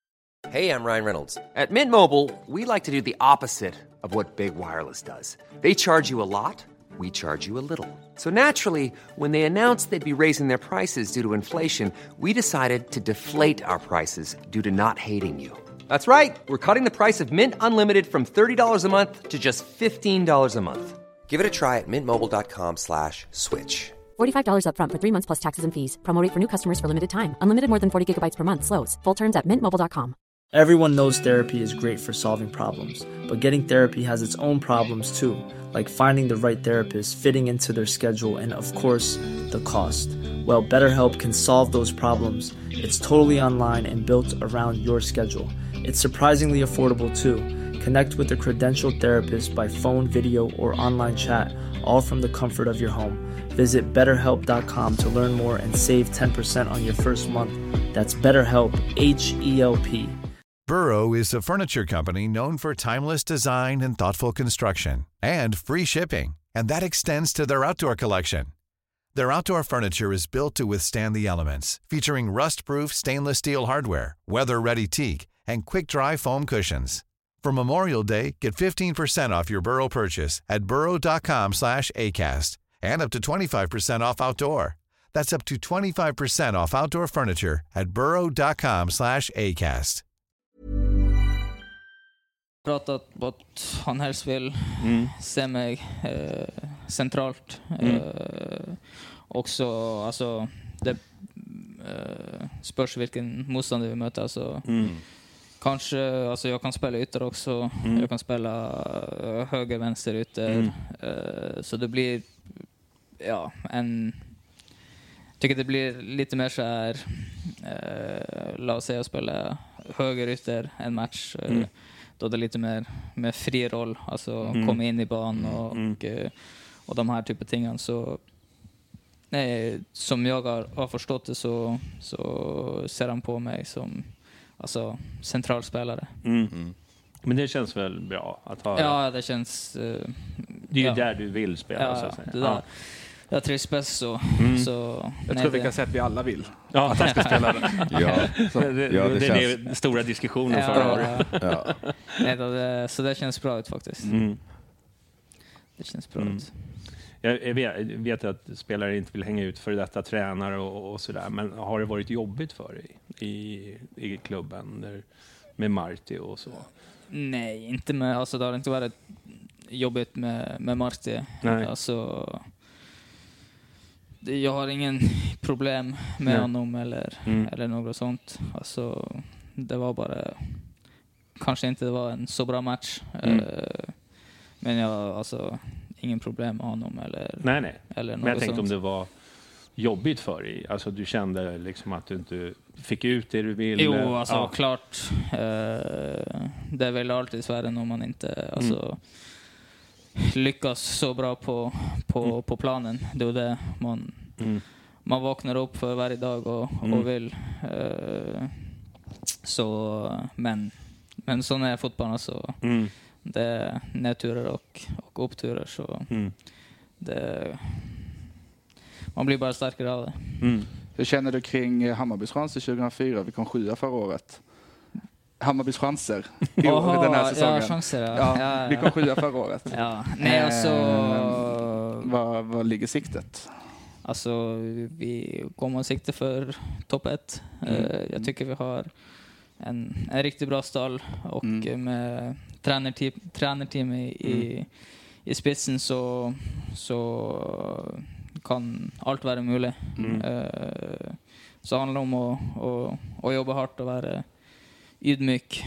[SPEAKER 11] Hey, I'm Ryan Reynolds. At Mint Mobile, we like to do the opposite of what Big Wireless does. They charge you a lot, we charge you a little. So naturally, when they announced they'd be raising their prices due to inflation, we decided to deflate our prices due to not hating you. That's right. We're cutting the price of Mint Unlimited from $30 a month to just $15 a month. Give it a try at mintmobile.com/switch.
[SPEAKER 12] $45 up front for 3 months plus taxes and fees. Promo rate for new customers for limited time. Unlimited more than 40 gigabytes per month slows. Full terms at mintmobile.com.
[SPEAKER 13] Everyone knows therapy is great for solving problems, but getting therapy has its own problems too, like finding the right therapist, fitting into their schedule, and of course, the cost. Well, BetterHelp can solve those problems. It's totally online and built around your schedule. It's surprisingly affordable too. Connect with a credentialed therapist by phone, video, or online chat, all from the comfort of your home. Visit BetterHelp.com to learn more and save 10% on your first month. That's BetterHelp, H-E-L-P.
[SPEAKER 14] Burrow is a furniture company known for timeless design and thoughtful construction, and free shipping, and that extends to their outdoor collection. Their outdoor furniture is built to withstand the elements, featuring rust-proof stainless steel hardware, weather-ready teak, and quick-dry foam cushions. For Memorial Day, get 15% off your Burrow purchase at burrow.com/acast, and up to 25% off outdoor. That's up to 25% off outdoor furniture at burrow.com/acast.
[SPEAKER 8] Pratat på att han helst vill se mig centralt. Också, alltså, det spörs vilken motståndare vi möter. Alltså, kanske, alltså, jag kan spela ytter också. Jag kan spela höger, vänster, ytter. Så det blir, ja, tycker det blir lite mer så här, låt oss säga, spela höger ytter en match. Då det är lite mer med fri roll, alltså komma in i banan och de här typen av tingen. Så som jag har förstått det så ser han på mig som, alltså, centralspelare.
[SPEAKER 7] Men det känns väl bra att ha?
[SPEAKER 8] Ja, det känns...
[SPEAKER 7] det är ju där du vill spela,
[SPEAKER 8] ja,
[SPEAKER 7] så att säga.
[SPEAKER 8] Det där. Jag trivs bäst så...
[SPEAKER 10] Jag tror vi kan säga att vi alla vill.
[SPEAKER 7] Ja, att han ska spela den.
[SPEAKER 6] Det
[SPEAKER 7] det är den stora diskussionen förra året.
[SPEAKER 8] Så det känns bra ut faktiskt. Det känns bra ut.
[SPEAKER 7] Jag vet att spelare inte vill hänga ut för detta tränare och sådär. Men har det varit jobbigt för dig i klubben med Marti och så?
[SPEAKER 8] Nej, inte med... Alltså det har inte varit jobbigt med Marti. Alltså... Jag har ingen problem med honom eller något sånt. Alltså, det var bara... Kanske inte det var en så bra match. Men jag alltså ingen problem med honom eller... Nej. Eller något.
[SPEAKER 7] Men jag tänkte
[SPEAKER 8] sånt.
[SPEAKER 7] om det var jobbigt för dig. Alltså du kände liksom att du inte fick ut det du ville.
[SPEAKER 8] Jo, alltså klart. Det är väl alltid svårare när man inte... Alltså, lyckas så bra på planen. Det är det man vaknar upp för varje dag och vill. Så, men så när fotbollen så det är nedturer och uppturer så det, man blir bara starkare av det.
[SPEAKER 10] Hur känner du kring Hammarbys chanser 2004? Vi kom 7 förra året. Hammarbys chanser i den här säsongen.
[SPEAKER 8] Ja, chanser,
[SPEAKER 10] ja. Vi kom 7 förra året.
[SPEAKER 8] Ja. Nej, alltså...
[SPEAKER 10] Vad ligger siktet?
[SPEAKER 8] Alltså, vi kommer sikte för topp 1. Jag tycker vi har en riktigt bra stall och med tränarteam i spetsen så kan allt vara möjligt. Så handlar det om att jobba hårt och vara ydmyk.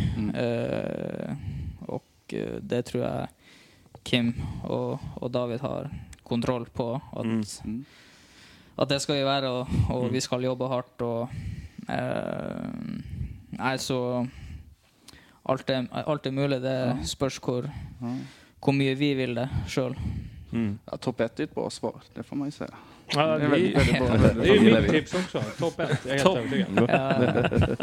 [SPEAKER 8] Och det tror jag Kim och David har kontroll på att det ska ju vara och vi ska jobba hårt och alltså allt är möjligt. Det spörs hur mycket vi vill det själv.
[SPEAKER 10] Ja, topp 1 är ett bra svar, det får man ju säga.
[SPEAKER 9] Ja, det är väldigt bra. Det är ju mitt tips också. Topp 1, jag är helt övertygad.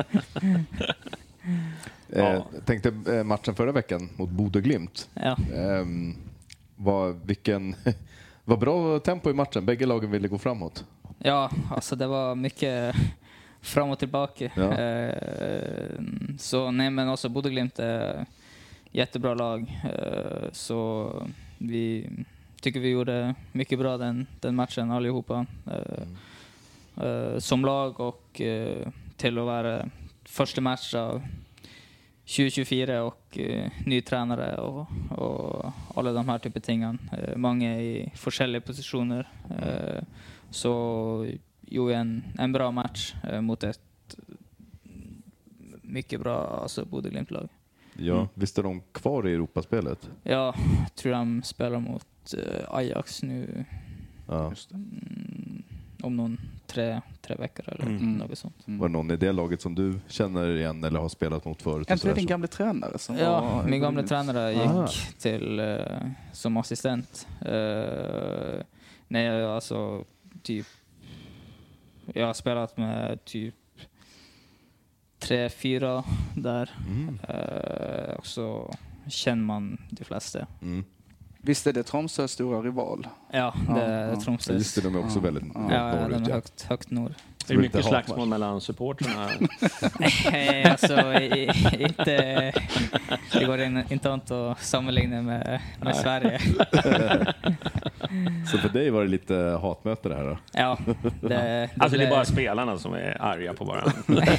[SPEAKER 6] Jag tänkte matchen förra veckan mot Bodø Glimt. Var bra tempo i matchen. Bägge lagen ville gå framåt.
[SPEAKER 8] Ja, alltså det var mycket fram och tillbaka.
[SPEAKER 6] Ja.
[SPEAKER 8] Så nej, men också Bodø/Glimt är jättebra lag. Så vi tycker vi gjorde mycket bra den matchen allihopa. Som lag och till att vara första match av 2024 och ny tränare och alla de här typen av ting. Många i olika positioner. Så gjorde en bra match mot ett mycket bra alltså Bodø/Glimt-lag.
[SPEAKER 6] Ja, visst är de kvar i Europaspelet?
[SPEAKER 8] Ja, jag tror de spelar mot Ajax nu.
[SPEAKER 6] Ja.
[SPEAKER 8] Om någon tre veckor eller något sånt.
[SPEAKER 6] Var det någon i det laget som du känner igen eller har spelat mot förut?
[SPEAKER 10] Är det din gamla tränare? Som
[SPEAKER 8] min gamla tränare gick till som assistent. Nej, alltså typ jag har spelat med typ 3-4 där. Och så känner man de flesta.
[SPEAKER 10] Visst är det Tromsös stora rival?
[SPEAKER 8] Ja, det är Tromsös.
[SPEAKER 6] Just det, de är också väldigt
[SPEAKER 8] norrut. De är högt norr.
[SPEAKER 7] Det är mycket slagsmål mellan supporterna.
[SPEAKER 8] Nej, alltså inte. Det går inte att sammanligna med Sverige.
[SPEAKER 6] Så för dig var det lite hatmöte det här då?
[SPEAKER 8] Ja.
[SPEAKER 7] Det är bara spelarna som är arga på varandra.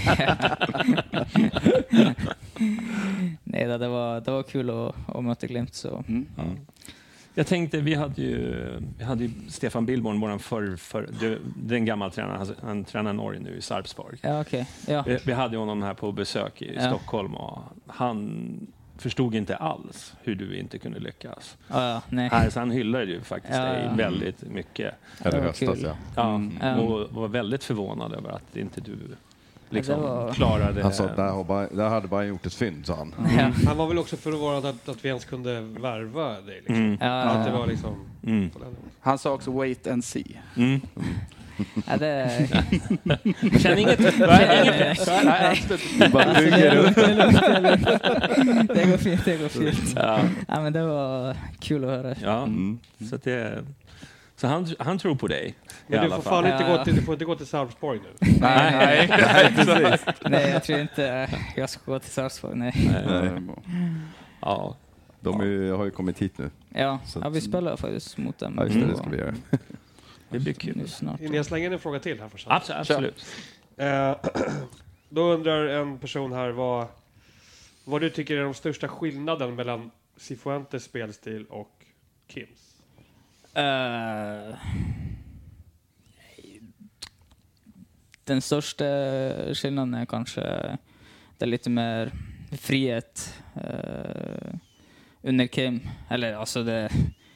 [SPEAKER 7] Nej, det var kul att möta Glimt. Så. Ja. Jag tänkte, vi hade ju Stefan Billborn, den gamla tränaren, han tränar Norge nu i Sarpsborg.
[SPEAKER 8] Ja, okej. Ja.
[SPEAKER 7] Vi hade honom här på besök i Stockholm och han förstod inte alls hur du inte kunde lyckas.
[SPEAKER 8] Nej.
[SPEAKER 7] Så han hyllade ju faktiskt dig väldigt mycket.
[SPEAKER 6] Eller höstas,
[SPEAKER 7] och var väldigt förvånad över att inte du liksom klarade.
[SPEAKER 6] Han sa där hade bara gjort ett fynd, sa han.
[SPEAKER 9] Han var väl också förvånad att vi ens kunde värva dig liksom. Att det var liksom
[SPEAKER 10] Han sa också wait and see.
[SPEAKER 8] Ja, det
[SPEAKER 7] känner inget.
[SPEAKER 8] Det går fint. Ja, men det var kul att höra.
[SPEAKER 7] Ja, så han tror på dig.
[SPEAKER 9] Men du får fan inte får inte gå till Sarpsborg nu.
[SPEAKER 10] Nej,
[SPEAKER 8] precis. Nej, jag tror inte jag ska gå till Sarpsborg. Nej.
[SPEAKER 7] Ja.
[SPEAKER 6] De har ju kommit hit nu.
[SPEAKER 8] Ja, vi spelar faktiskt mot dem.
[SPEAKER 6] Ja, just det ska vi göra.
[SPEAKER 7] Det blir kul.
[SPEAKER 9] Jag slänger in en fråga till här för
[SPEAKER 7] Absolut.
[SPEAKER 9] Då undrar en person här vad du tycker är de största skillnaden mellan Cifuentes spelstil och Kims?
[SPEAKER 8] Den största skillnaden är kanske det är lite mer frihet under Kim. Eller alltså det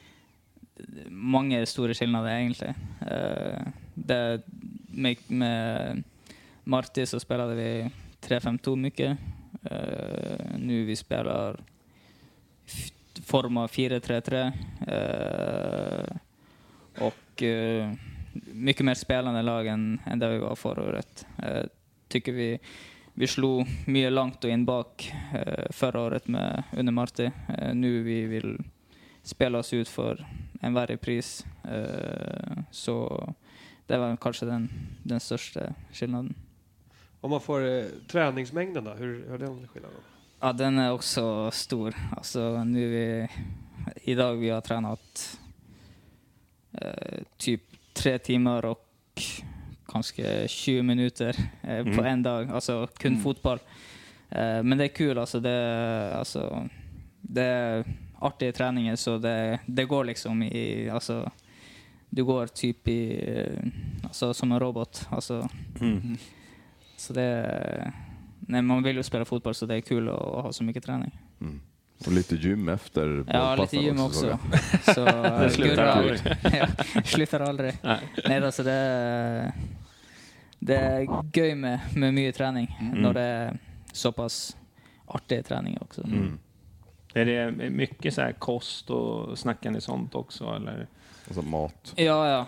[SPEAKER 8] många stora skillnader egentligen. Det med Marti så spelade vi 3-5-2 mycket. Nu vi spelar form av 4-3-3 och mycket mer spelande lag än där vi var förra året. Tycker vi slog mycket långt och in bak förra året under Marti. Nu vi vill spela oss ut för en varje pris. Så det var kanske den största skillnaden.
[SPEAKER 9] Om man får träningsmängden då, hur är den skillnaden?
[SPEAKER 8] Ja, den är också stor. Alltså idag vi har tränat typ 3 timmar och kanske 20 minuter på en dag. Alltså kun fotboll. Men det är kul. Alltså det är artig träningen så det går liksom i alltså du går typ i alltså som en robot alltså. Så när man vill spela fotboll så det är kul att ha så mycket träning.
[SPEAKER 6] Och lite gym efter.
[SPEAKER 8] Ja, lite gym också. Så
[SPEAKER 7] det slutar aldrig.
[SPEAKER 8] Slutar aldrig. Nej, alltså det är göj med mycket träning när det är så pass artig träning också.
[SPEAKER 7] Är det mycket så här kost och snackande sånt också eller?
[SPEAKER 6] Alltså mat.
[SPEAKER 8] Ja.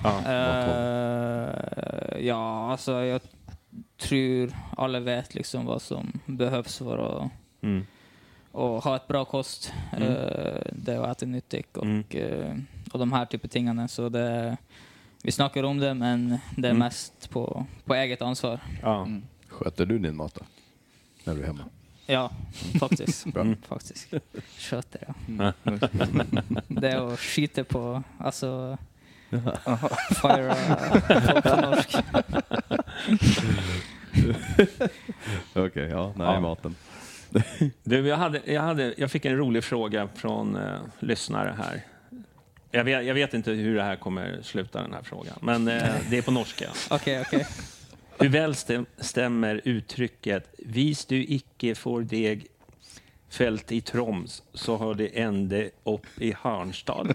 [SPEAKER 8] Ja, alltså jag tror alla vet liksom vad som behövs för att och ha ett bra kost. Det är att äta nyttigt och de här typen av tingarna så vi snackar om det men det är mest på eget ansvar.
[SPEAKER 7] Ja.
[SPEAKER 6] Sköter du din mat då? När du är hemma?
[SPEAKER 8] Ja, faktiskt. Faktiskt. Sköter jag. Det är att skita på, alltså fire på norsk.
[SPEAKER 6] Okej, ja, när är maten?
[SPEAKER 7] Du, jag fick en rolig fråga från lyssnare här. Jag vet inte hur det här kommer sluta, den här frågan. Men det är på norska.
[SPEAKER 8] Okej.
[SPEAKER 7] Hur väl stämmer uttrycket vis du icke får deg fält i Troms så har det ände upp i Harnstad?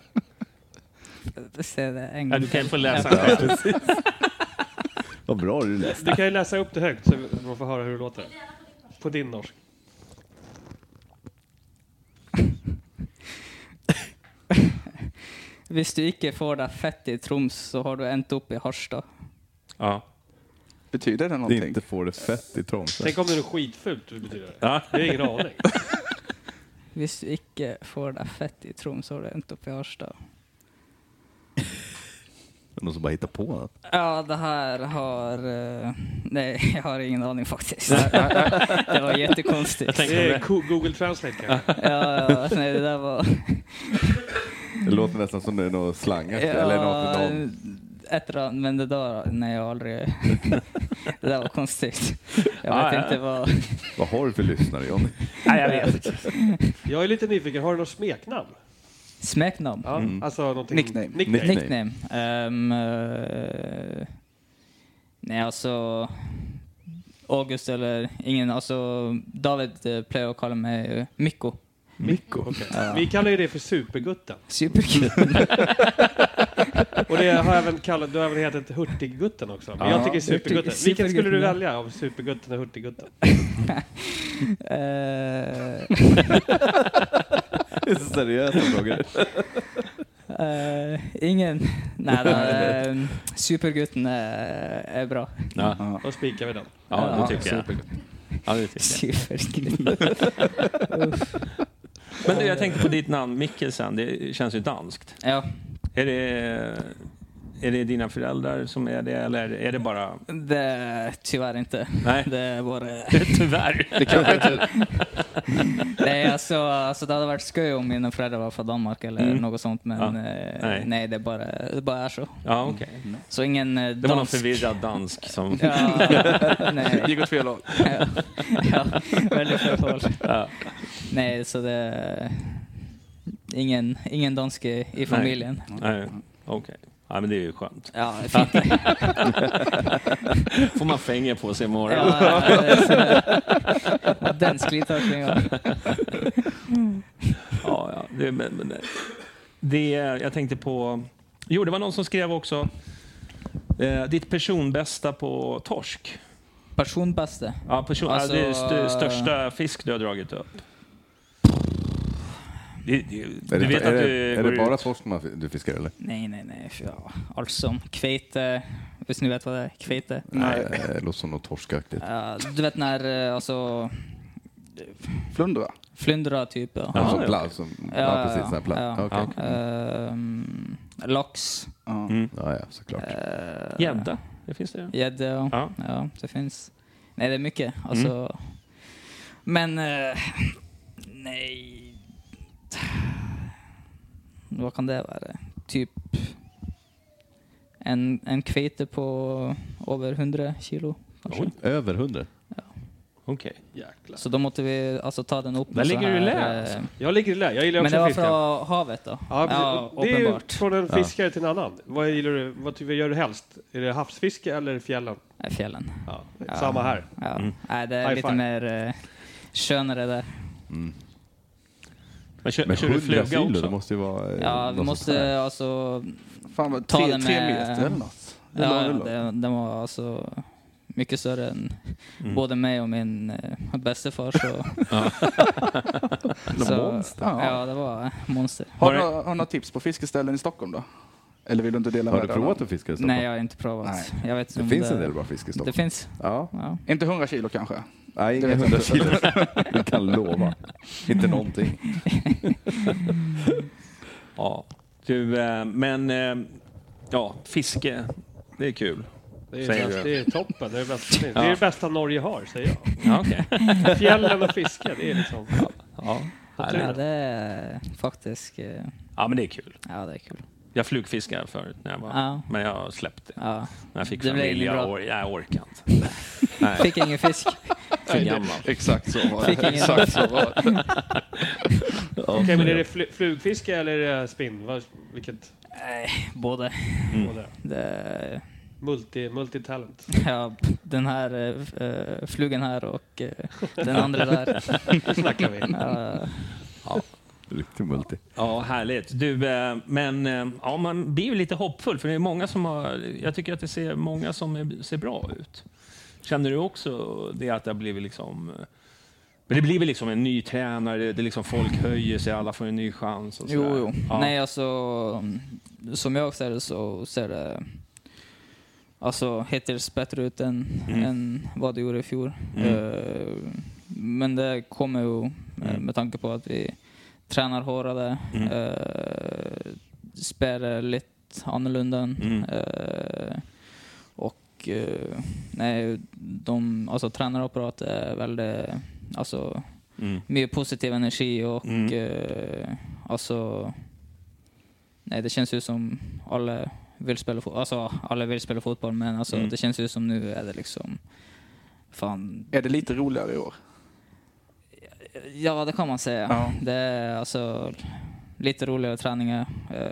[SPEAKER 8] Du
[SPEAKER 7] kan få läsa.
[SPEAKER 6] Vad bra du läste.
[SPEAKER 9] Du kan ju läsa upp det högt så man får höra hur det låter. På din norsk.
[SPEAKER 8] Hvis du ikke får deg fett i Troms så har du endt upp i Harstad.
[SPEAKER 7] Ja.
[SPEAKER 10] Betyder det någonting?
[SPEAKER 6] Det inte får det fett i Troms.
[SPEAKER 9] Tänk om det är skitfult, det betyder det.
[SPEAKER 7] Ja.
[SPEAKER 9] Det är ingen aning.
[SPEAKER 8] Hvis du ikke får deg fett i Troms så har du endt upp i Harstad.
[SPEAKER 6] Någon som bara hittar på något.
[SPEAKER 8] Ja, det här har... nej, jag har ingen aning faktiskt. Det var jättekonstigt.
[SPEAKER 9] Det är Google Translate kanske.
[SPEAKER 8] Ja, nej, det där var...
[SPEAKER 6] Det låter nästan som det är något slang efter, eller något.
[SPEAKER 8] Men det där... Nej, jag har aldrig... Det där var konstigt. Jag vet inte vad...
[SPEAKER 6] Vad har du för lyssnare, Johnny?
[SPEAKER 8] Nej, jag vet inte.
[SPEAKER 9] Jag är lite nyfiken. Har du något smeknamn?
[SPEAKER 8] Smeknamn?
[SPEAKER 9] Ja, alltså någonting...
[SPEAKER 8] Nickname. Nej, alltså... August eller ingen... Alltså, David plejer att kalla mig Mikko.
[SPEAKER 9] Mikko? Okay. Ja. Vi kallar ju det för Supergutten.
[SPEAKER 8] Supergutten.
[SPEAKER 9] Och det har även kallat... Du har även hetat Hurtiggutten också. Men jag tycker Supergutten. Vilken skulle du välja av Supergutten och Hurtiggutten?
[SPEAKER 6] Det är så seriösa frågor.
[SPEAKER 8] Ingen. Nej, Supergutten är bra.
[SPEAKER 7] Ja.
[SPEAKER 9] Då spikar vi den.
[SPEAKER 7] Ja, det tycker jag. Ja, det tycker jag. Men du, jag tänkte på ditt namn, Mikkelsen. Det känns ju danskt.
[SPEAKER 8] Ja.
[SPEAKER 7] Är det dina föräldrar som är det, eller är det bara...
[SPEAKER 8] Det tyvärr inte.
[SPEAKER 7] Nej.
[SPEAKER 8] Det är bara...
[SPEAKER 7] Tyvärr.
[SPEAKER 10] Det kan inte.
[SPEAKER 8] Nej, alltså det hade varit skoj om mina föräldrar var från Danmark eller något sånt, men nej, det bara är så.
[SPEAKER 7] Ja, okej.
[SPEAKER 8] Så ingen
[SPEAKER 7] det
[SPEAKER 8] dansk...
[SPEAKER 7] var någon förvirrad dansk som...
[SPEAKER 8] Nej.
[SPEAKER 10] Gick åt fel håll.
[SPEAKER 8] Ja, väldigt fel håll. Ja. Nej, så det är ingen dansk i familjen.
[SPEAKER 7] Nej, okej. Ja, men det är ju skönt.
[SPEAKER 8] Ja, det är fint.
[SPEAKER 7] Får man fänger på sig imorgon.
[SPEAKER 8] Ja, den sklitar
[SPEAKER 7] ja, det jag tänkte på... Jo, det var någon som skrev också ditt personbästa på torsk.
[SPEAKER 8] Personbästa?
[SPEAKER 7] Ja,
[SPEAKER 8] alltså,
[SPEAKER 7] det är största fisk du har dragit upp.
[SPEAKER 6] Är det bara torsk du fiskar, eller?
[SPEAKER 8] Nej. Ja, alltså kveite, hvis ni vet vad det är, kveite.
[SPEAKER 6] Nej, det låter som något torskaktigt.
[SPEAKER 8] Du vet när, alltså... Flundra typ, ja.
[SPEAKER 6] Ja, precis, sån här platt.
[SPEAKER 8] Ja. Lax.
[SPEAKER 6] Ja, såklart.
[SPEAKER 7] Gädda, det finns det.
[SPEAKER 8] Gädda, ja, det finns. Nej, det är mycket, alltså. Men, nej... Vad kan det vara? Typ en kvete på över 100 kilo.
[SPEAKER 6] Oj, över 100?
[SPEAKER 8] Ja.
[SPEAKER 7] Okej.
[SPEAKER 9] Jäklar.
[SPEAKER 8] Så då måste vi alltså ta den upp.
[SPEAKER 7] Där ligger du lä.
[SPEAKER 9] Jag ligger i lä. Jag gillar också
[SPEAKER 8] men det
[SPEAKER 9] fiska.
[SPEAKER 8] var från havet då?
[SPEAKER 9] Ja, det är ju från en fiskare till en annan. Vad gillar du? Vad gör du helst? Är det havsfiske eller fjällen?
[SPEAKER 8] Nej, fjällen.
[SPEAKER 9] Ja, samma här.
[SPEAKER 8] Ja. Nej, det är lite mer skönare där.
[SPEAKER 6] Men kör du flyga också? Det måste ju vara...
[SPEAKER 8] Ja, vi måste alltså...
[SPEAKER 10] Fan,
[SPEAKER 8] ta
[SPEAKER 10] 3
[SPEAKER 8] den med,
[SPEAKER 10] meter eller något.
[SPEAKER 8] Den var alltså mycket större än både mig och min bästefar. Så,
[SPEAKER 10] monster.
[SPEAKER 8] Ja, det var monster.
[SPEAKER 10] Har du några tips på fiskeställen i Stockholm då? Eller vill du inte dela med dig?
[SPEAKER 6] Har du provat att fiska i Stockholm?
[SPEAKER 8] Nej, jag har inte provat. Jag vet
[SPEAKER 6] det finns en del bra fisk i Stockholm.
[SPEAKER 8] Det finns?
[SPEAKER 6] Ja.
[SPEAKER 10] Inte 100 kilo kanske?
[SPEAKER 6] Nej, inga 100 kilo. Du kan lova. Inte någonting.
[SPEAKER 7] Ja, men fiske, det är kul.
[SPEAKER 9] Det är toppen. Det är det bästa Norge har, säger jag.
[SPEAKER 7] Ja, okay.
[SPEAKER 9] Fjällen och fiske, det är liksom...
[SPEAKER 7] Ja,
[SPEAKER 8] det är faktiskt...
[SPEAKER 7] Ja, men det är kul.
[SPEAKER 8] Ja, det är kul.
[SPEAKER 7] Jag flugfiskade förut när jag var, men jag släppte.
[SPEAKER 8] Ja.
[SPEAKER 7] När jag fick familj, jag orkade inte.
[SPEAKER 8] Nej. Fick ingen fisk.
[SPEAKER 7] För gammal.
[SPEAKER 10] Exakt så var det.
[SPEAKER 8] Fick ingen
[SPEAKER 10] Exakt så var det.
[SPEAKER 9] Okej, men är det flugfiske eller är det spinn? Vilket?
[SPEAKER 8] Både.
[SPEAKER 9] Både.
[SPEAKER 8] Det...
[SPEAKER 9] Multitalent.
[SPEAKER 8] Ja, den här flugen här och den andra där.
[SPEAKER 9] Snackar vi.
[SPEAKER 7] Ja.
[SPEAKER 6] Riktigt multi.
[SPEAKER 7] Ja, härligt. Du, men ja, man blir ju lite hoppfull för det är många som har, jag tycker att det ser många som ser bra ut. Känner du också det att det har blivit liksom, men det blir väl liksom en ny tränare, det liksom folk höjer sig, alla får en ny chans och så.
[SPEAKER 8] Jo.
[SPEAKER 7] Ja.
[SPEAKER 8] Nej, alltså som jag ser det så ser det alltså hittills bättre ut än vad det gjorde i fjol. Men det kommer ju med tanke på att vi tränar hårdare, spelar lite annorlunda och nej, alltså tränarupparatet är väldigt alltså mycket positiv energi och alltså nej, det känns ju som alla vill spela alla vill spela fotboll, men alltså det känns ju som nu är det liksom fan.
[SPEAKER 10] Är det lite roligare i år?
[SPEAKER 8] Ja, det kan man säga. Ja. Det är alltså lite roligare träningar.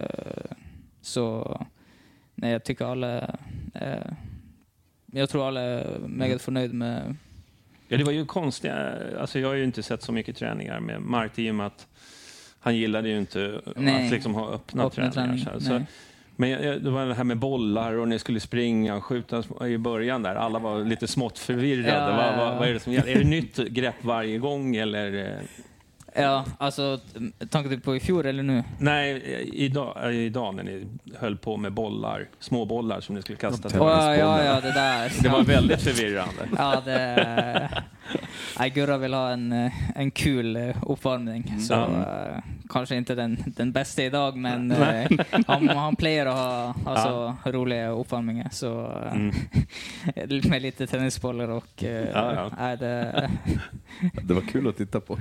[SPEAKER 8] Så nej, jag tycker jag tror alla är mega förnöjd med.
[SPEAKER 7] Ja, det var ju konstigt. Alltså jag har ju inte sett så mycket träningar med Mark i och med att han gillade ju inte att liksom ha öppna träningar. Så, men det var det här med bollar och ni skulle springa och skjuta i början där. Alla var lite smått förvirrade. Vad är det som gäller? Är det nytt grepp varje gång eller?
[SPEAKER 8] Ja, alltså tänker du på i fjol eller nu?
[SPEAKER 7] Nej, idag när ni höll på med bollar, små bollar som ni skulle kasta till.
[SPEAKER 8] Ja, det där.
[SPEAKER 7] Det var väldigt förvirrande.
[SPEAKER 8] Ja, Gurra vill ha en kul uppvärmning. Så kanske inte den bästa idag, men han plejer att ha roliga uppvärmningar. Så med lite tennisbollar och
[SPEAKER 6] det var kul att titta på.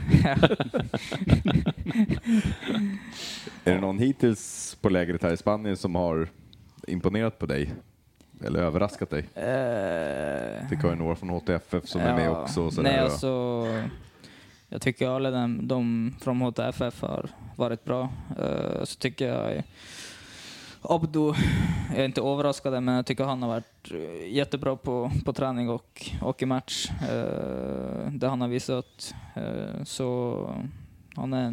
[SPEAKER 6] Är det någon hittills på lägret här i Spanien som har imponerat på dig? Eller överraskat dig? Fick jag några från HTFF som är med också.
[SPEAKER 8] Nej, alltså, jag tycker alla de från HTFF har varit bra. Så tycker jag Abdo, jag är inte överraskad, men jag tycker han har varit jättebra på träning och i match. Det han har visat. Så han är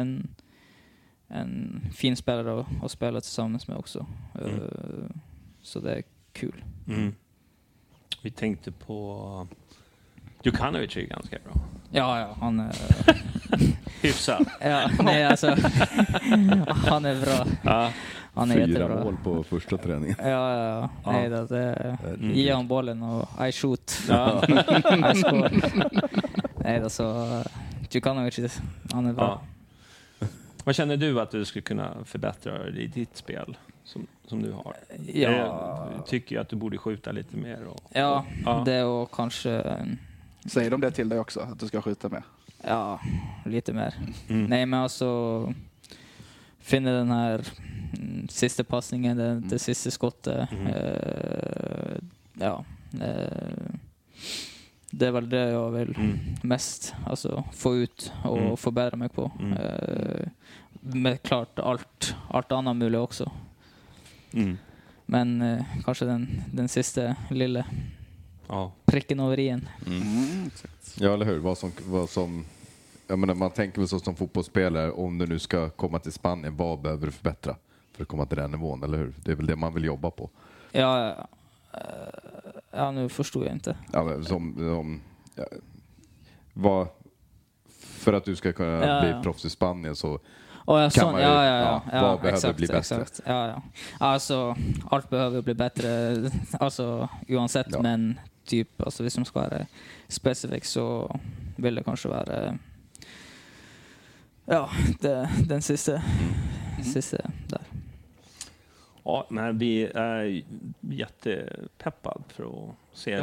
[SPEAKER 8] en fin spelare att spela tillsammans med också. Så det är kul.
[SPEAKER 7] Vi tänkte på Djukanovic är ganska bra.
[SPEAKER 8] Ja, han är
[SPEAKER 7] hyfsad.
[SPEAKER 8] Ja, nej, alltså han är bra. Ja. Han är
[SPEAKER 6] 4
[SPEAKER 8] jättebra.
[SPEAKER 6] mål på första träningen.
[SPEAKER 8] Ja. Nej, det ger han bollen och I shoot.
[SPEAKER 7] Ja.
[SPEAKER 8] I score. Nej, alltså Djukanovic, han är bra.
[SPEAKER 7] Ja. Vad känner du att du skulle kunna förbättra i ditt spel som du har?
[SPEAKER 8] Ja.
[SPEAKER 7] Jag tycker att du borde skjuta lite mer.
[SPEAKER 8] Det och kanske...
[SPEAKER 10] Säger de det till dig också, att du ska skjuta mer?
[SPEAKER 8] Ja, lite mer. Nej, men alltså finna den här sista passningen, det sista skottet. Det är väl det jag vill mest få ut och förbättra mig på. Men klart allt annat möjligt också. Men kanske den sista lilla pricken över igen.
[SPEAKER 6] Ja, eller hur? Vad som jag menar, man tänker väl så som fotbollsspelare, om du nu ska komma till Spanien, vad behöver du förbättra för att komma till den nivån, eller hur? Det är väl det man vill jobba på.
[SPEAKER 8] Ja, nu förstår jag inte.
[SPEAKER 6] Ja, men vad för att du ska kunna bli proffs i Spanien så kan man vad behöver bli bättre?
[SPEAKER 8] Exakt. Ja. Alltså, allt behöver bli bättre, alltså oavsett, men typ, alltså vi som ska vara specifikt så vill det kanske vara den sista där.
[SPEAKER 7] Ja, men vi är jättepeppad för att se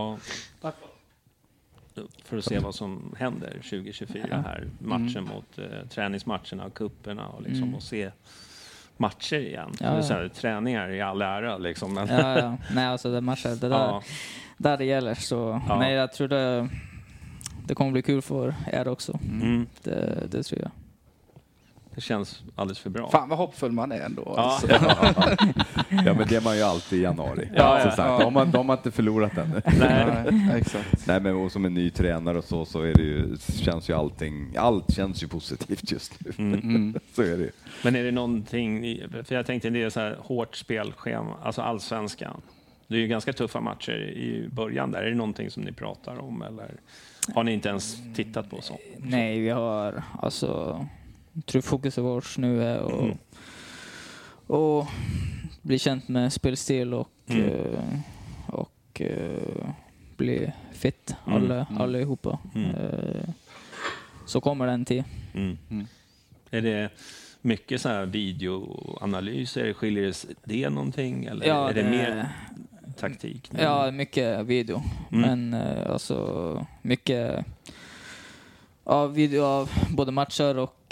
[SPEAKER 7] för att se vad som händer 2024 här. Matchen mot träningsmatcherna, kupperna och liksom och se matcher igen. Träningar i all ära liksom. Men
[SPEAKER 8] Nej, alltså det matcher där det gäller så. Nej, jag tror det kommer bli kul för er också. Det tror jag.
[SPEAKER 7] Det känns alldeles för bra.
[SPEAKER 10] Fan vad hoppfull man är ändå.
[SPEAKER 6] Ja, men det är man ju alltid i januari. Så sagt. De har inte förlorat än.
[SPEAKER 10] Nej, exakt.
[SPEAKER 6] Nej, men och som en ny tränare och så är det ju, känns ju allt känns ju positivt just nu. Så är det ju.
[SPEAKER 7] Men är det någonting, för jag tänkte det är så här hårt spelschema, alltså allsvenskan. Det är ju ganska tuffa matcher i början där. Är det någonting som ni pratar om eller har ni inte ens tittat på sånt?
[SPEAKER 8] Nej, vi har tror fokuset vårt nu är och bli känt med spelstil och bli fit allihopa. Så kommer den till.
[SPEAKER 7] Är det mycket så här videoanalyser? Skiljer det någonting? Eller är det mer taktik?
[SPEAKER 8] Ja, mycket video. Men alltså mycket video av både matcher och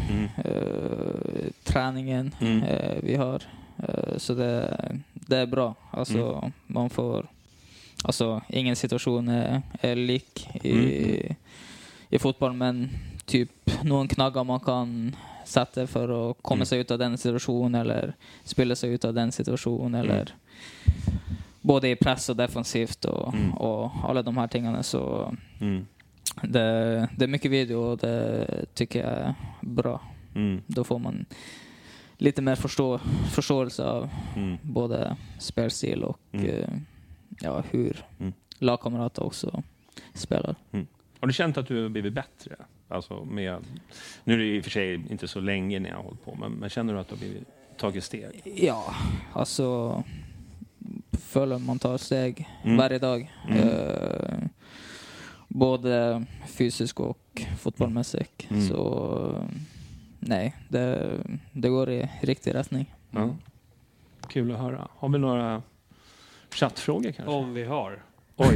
[SPEAKER 8] träningen vi har. Så det är bra. Alltså man får ingen situation är lik i fotboll, men typ någon knaggar man kan sätta för att komma sig ut av den situationen eller spela sig ut av den situationen eller både i press och defensivt och alla de här tingarna så det är mycket video och det tycker jag är bra. Då får man lite mer förståelse av både spelstil och hur lagkamrater också spelar.
[SPEAKER 7] Har du känt att du har blivit bättre? Alltså nu är det i och för sig inte så länge när jag har hållit på, men känner du att du har tagit steg?
[SPEAKER 8] Ja, alltså följer man tar steg varje dag. Både fysiskt och fotbollmässigt. Så nej, det går i riktig riktning.
[SPEAKER 7] Kul att höra. Har vi några chattfrågor kanske?
[SPEAKER 9] Om vi har.
[SPEAKER 7] Oj.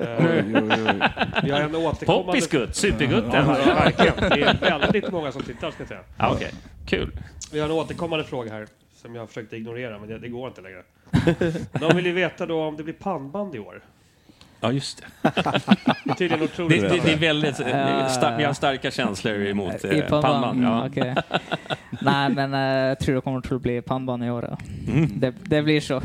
[SPEAKER 9] Vi har en återkommande...
[SPEAKER 7] Poppisgutt, supergutt.
[SPEAKER 9] Ja, verkligen. Det är väldigt många som tittar, ska jag säga.
[SPEAKER 7] Okej, kul.
[SPEAKER 9] Vi har en återkommande fråga här som jag har försökt ignorera, men det går inte längre. De vill ju veta då om det blir pannband i år.
[SPEAKER 7] Ja, just det.
[SPEAKER 9] Det är tydligen otroligt.
[SPEAKER 7] Det är väldigt... vi har starka känslor emot pannband. Ja.
[SPEAKER 8] Okay. Nej, men jag tror det kommer att bli pannband i år. Det blir så.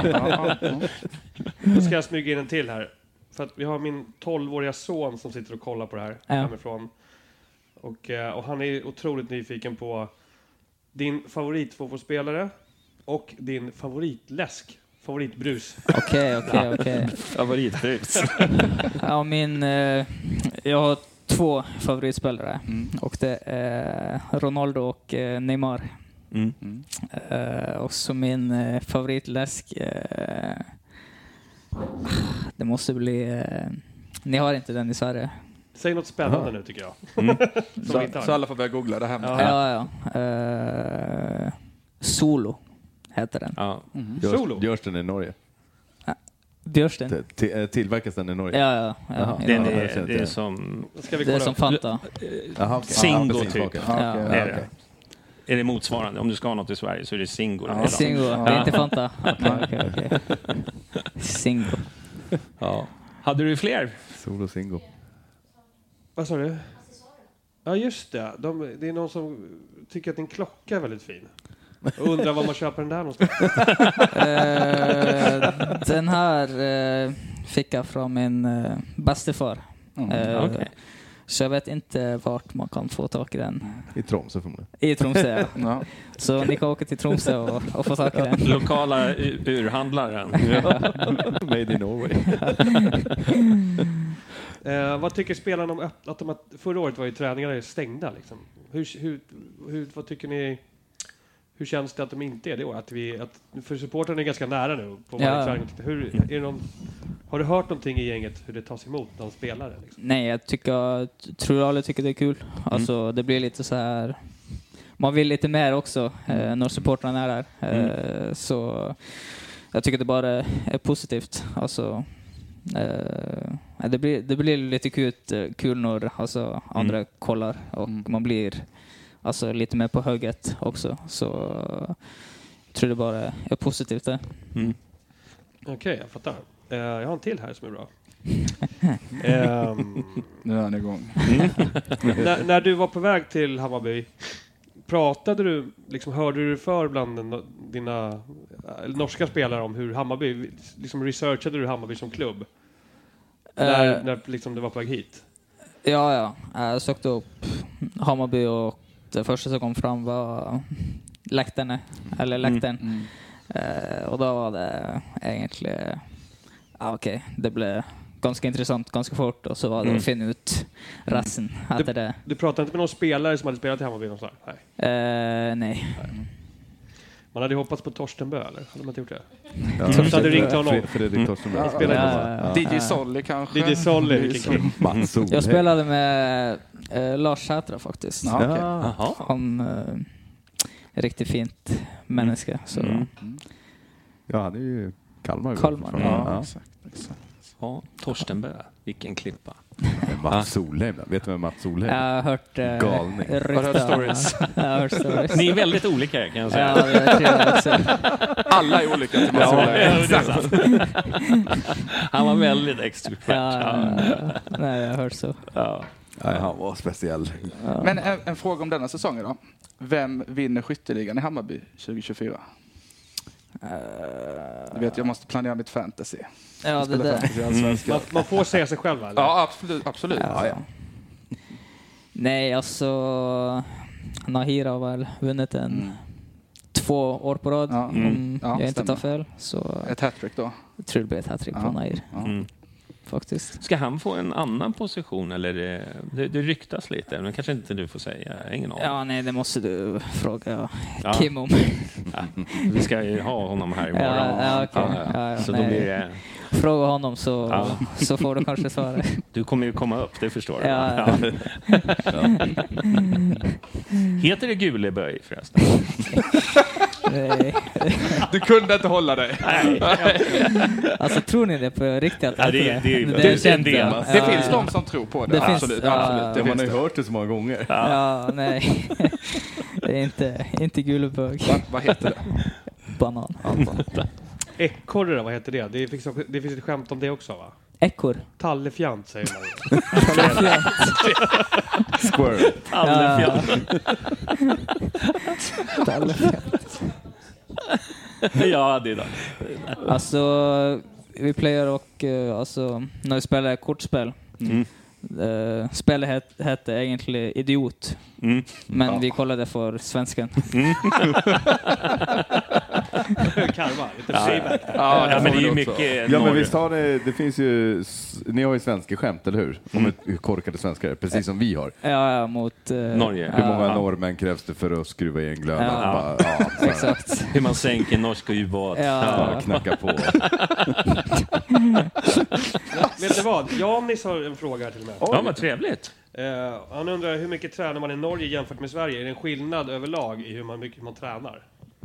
[SPEAKER 9] Då ska jag smyga in en till här. För att vi har min 12-åriga son som sitter och kollar på det här hemifrån. Och han är otroligt nyfiken på din favoritfotbollsspelare och din favoritbrus.
[SPEAKER 8] Okej.
[SPEAKER 7] Favoritbrus.
[SPEAKER 8] Ja, jag har 2 favoritspelare. Och det är Ronaldo och Neymar. Och så min favoritläsk det måste bli ni har inte den i Sverige.
[SPEAKER 9] Säg något spännande nu tycker jag.
[SPEAKER 10] Så alla får börja googla det här.
[SPEAKER 8] Ja. Solo heter den.
[SPEAKER 9] Solo?
[SPEAKER 6] Görs den i Norge?
[SPEAKER 8] Görs den?
[SPEAKER 6] Tillverkas den i Norge?
[SPEAKER 8] Ja.
[SPEAKER 7] Det är som...
[SPEAKER 8] Det är som Fanta.
[SPEAKER 7] Singo typ.
[SPEAKER 8] Ja.
[SPEAKER 7] Är det motsvarande? Om du ska ha något i Sverige så är det Singo.
[SPEAKER 8] Ja, Singo. Det är inte Fanta. Okej. Singo.
[SPEAKER 7] Ja. Hade du fler?
[SPEAKER 6] Solo Singo.
[SPEAKER 9] Vad sa du? Ja, just det. Det är någon som tycker att din klocka är väldigt fin. Och undrar var man köper den där någonstans.
[SPEAKER 8] Den här fick jag från min bästefar.
[SPEAKER 7] Okay.
[SPEAKER 8] Så jag vet inte vart man kan få tag i den.
[SPEAKER 6] I Tromsö förmodligen.
[SPEAKER 8] I Tromsö, ja. Så ni kan åka till Tromsö och få tag i den.
[SPEAKER 7] Lokala urhandlaren.
[SPEAKER 6] Made in Norway.
[SPEAKER 9] Vad tycker spelarna om att förra året var ju träningarna stängda liksom? Vad tycker ni? Hur känns det att de inte är det år? För supporten är ganska nära nu på varje träning. Har du hört någonting i gänget hur det tas emot när de spelar? Liksom?
[SPEAKER 8] Nej, tror alla tycker det är kul. Alltså det blir lite så här man vill lite mer också när supportrarna är där. Så jag tycker det bara är positivt. Alltså, det blir lite kul när alltså, andra kollar och man blir alltså, lite mer på höget också. Så jag tror det bara är positivt det.
[SPEAKER 9] Okej, jag fattar. Jag har en till här som är bra.
[SPEAKER 10] Nu är han igång.
[SPEAKER 9] När du var på väg till Hammarby, pratade du, liksom, hörde du för bland dina norska spelare om hur Hammarby, liksom researchade du Hammarby som klubb? När liksom det var på väg hit?
[SPEAKER 8] Ja. Jag sökte upp Hammarby och det första som kom fram var läktaren. Och då var det egentligen det blev ganska intressant ganska fort och så var det att finna ut rassen.
[SPEAKER 9] Du pratade inte med någon spelare som hade spelat i Hammarby någonstans?
[SPEAKER 8] Nej.
[SPEAKER 9] Man hade hoppats på Torsten Bö, eller? Hade man inte gjort det?
[SPEAKER 6] Ja,
[SPEAKER 9] så hade ringt honom.
[SPEAKER 6] Fredrik Torsten Bö.
[SPEAKER 10] DJ Solly kanske.
[SPEAKER 9] DJ Solly.
[SPEAKER 8] Jag spelade med Lars Sätra faktiskt. Han är riktigt fint människa. Så.
[SPEAKER 6] Ja, han är ju Kalmar.
[SPEAKER 7] Ja. Ja, Torsten Bö. Vilken klippa.
[SPEAKER 6] Mats Solheim. Vet du vem Mats Solheim?
[SPEAKER 8] Jag har hört
[SPEAKER 6] galning.
[SPEAKER 10] Har hört stories.
[SPEAKER 7] Ni är väldigt olika kan jag säga.
[SPEAKER 8] Ja, det tror jag också.
[SPEAKER 10] Alla är olika till Mats Solheim.
[SPEAKER 7] Han var väldigt extrovert.
[SPEAKER 8] Nej, jag har hört så.
[SPEAKER 6] Ja, han var speciell.
[SPEAKER 10] Ja. Men en fråga om denna säsongen då. Vem vinner skytteligan i Hammarby 2024? Du vet, jag måste planera mitt fantasy.
[SPEAKER 8] Ja, det där.
[SPEAKER 9] Man får säga sig själv, eller?
[SPEAKER 10] Ja, absolut. Ja.
[SPEAKER 8] Nej, alltså Nahira har väl vunnit 2 år på rad. Om jag inte tar fel. Så
[SPEAKER 10] ett hattrick då?
[SPEAKER 8] Jag tror det blir ett hattrick på Nahir. Faktiskt.
[SPEAKER 7] Ska han få en annan position eller det ryktas lite, men kanske inte du får säga. Ingen aning.
[SPEAKER 8] Ja, nej, det måste du fråga Kim om.
[SPEAKER 7] Vi ska ju ha honom här imorgon. Så då blir det...
[SPEAKER 8] Fråga honom så får du kanske svara.
[SPEAKER 7] Du kommer ju komma upp, det förstår du.
[SPEAKER 8] Ja.
[SPEAKER 7] Heter det Guleböj förresten?
[SPEAKER 8] Nej.
[SPEAKER 10] Du kunde inte hålla dig.
[SPEAKER 7] Nej.
[SPEAKER 8] Alltså, tror ni det på riktigt?
[SPEAKER 7] Ja, det är en del.
[SPEAKER 10] Det finns de som tror på det. Absolut.
[SPEAKER 6] Man har ju hört det så många gånger.
[SPEAKER 8] Ja, nej. Det är inte Guleböj.
[SPEAKER 10] Vad heter det?
[SPEAKER 8] Banan.
[SPEAKER 9] Ekorre, vad heter det? Det finns ett skämt om det också, va?
[SPEAKER 8] Ekor.
[SPEAKER 9] Tallefjant, säger man.
[SPEAKER 6] Squirrel.
[SPEAKER 8] Tallefjant.
[SPEAKER 7] Ja, det är det.
[SPEAKER 8] Alltså, vi playar och alltså, när vi spelar kortspel. Spelet hette egentligen Idiot. Men vi kollade för svensken.
[SPEAKER 9] Karma,
[SPEAKER 7] men det är ju mycket.
[SPEAKER 6] Ja, men visst har det finns ju, ni har ju svenska skämt, eller hur? Om hur korkade svenskar är, precis som vi har.
[SPEAKER 8] Ja, mot
[SPEAKER 7] Norge.
[SPEAKER 6] Hur många norrmän krävs det för att skruva i en glöd?
[SPEAKER 8] Exakt.
[SPEAKER 7] Hur man sänker norska ubåt.
[SPEAKER 6] Knacka på.
[SPEAKER 9] Vet du vad? Janis har en fråga här till mig.
[SPEAKER 7] Ja, vad trevligt.
[SPEAKER 9] Han undrar hur mycket tränar man i Norge jämfört med Sverige? Är det en skillnad överlag i hur mycket man tränar?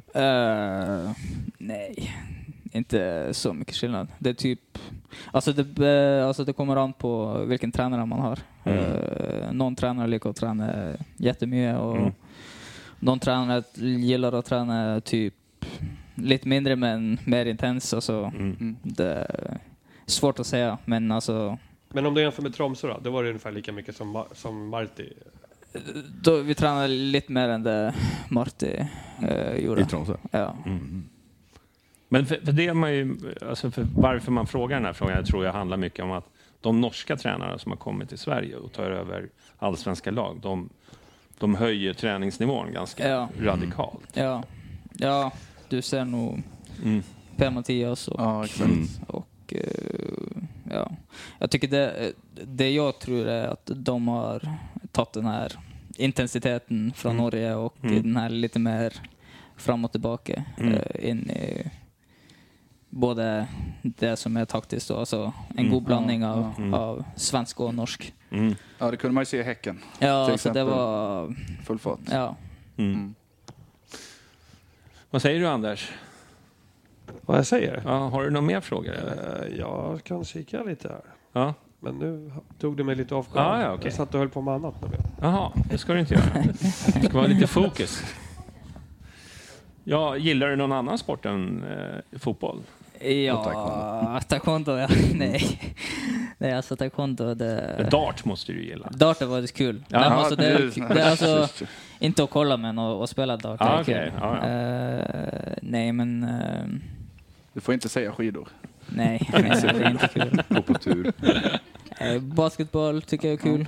[SPEAKER 8] Nej, inte så mycket skillnad. Det är typ, alltså det kommer an på vilken tränare man har. Någon tränare liker att träna jättemycket och någon tränare gillar att träna typ lite mindre men mer intens. Alltså, det är svårt att säga, men alltså. Men
[SPEAKER 9] om du jämför med Tromsø då var det ungefär lika mycket som Marti.
[SPEAKER 8] Då vi tränade lite mer än det Marti gjorde.
[SPEAKER 6] I Tromsø?
[SPEAKER 8] Ja.
[SPEAKER 7] Men för det är man ju, alltså för varför man frågar den här frågan, jag tror jag handlar mycket om att de norska tränarna som har kommit till Sverige och tar över allsvenska lag, de höjer träningsnivån ganska radikalt.
[SPEAKER 8] Ja, du ser nog Per-Mattias och jag tycker det jag tror är att de har tagit den här intensiteten från Norge och den här lite mer fram och tillbaka in i både det som är taktiskt och alltså en god blandning av svensk och norsk.
[SPEAKER 10] Ja, det kunde man ju se i Häcken.
[SPEAKER 8] Ja, så det var
[SPEAKER 10] full fart.
[SPEAKER 8] Ja.
[SPEAKER 7] Vad säger du, Anders?
[SPEAKER 9] Vad jag säger?
[SPEAKER 7] Ja, har du någon mer frågor?
[SPEAKER 9] Jag kan kika lite här.
[SPEAKER 7] Ja.
[SPEAKER 9] Men nu tog det mig lite av.
[SPEAKER 7] Okay.
[SPEAKER 9] Jag satt och höll på med annat.
[SPEAKER 7] Jaha, det ska du inte göra. Det ska vara lite fokus. Ja, gillar du någon annan sport än fotboll?
[SPEAKER 8] Ja, taekwondo, ja. Nej, alltså taekwondo,
[SPEAKER 7] Dart måste du gilla.
[SPEAKER 8] Dart var det kul.
[SPEAKER 7] Ja.
[SPEAKER 8] Nej, alltså, det är alltså inte att kolla men att spela dart.
[SPEAKER 7] Okay.
[SPEAKER 8] Nej, men...
[SPEAKER 10] Du får inte säga skidor.
[SPEAKER 8] Nej, det är inte kul.
[SPEAKER 6] Gå på tur.
[SPEAKER 8] Basketboll tycker jag är kul.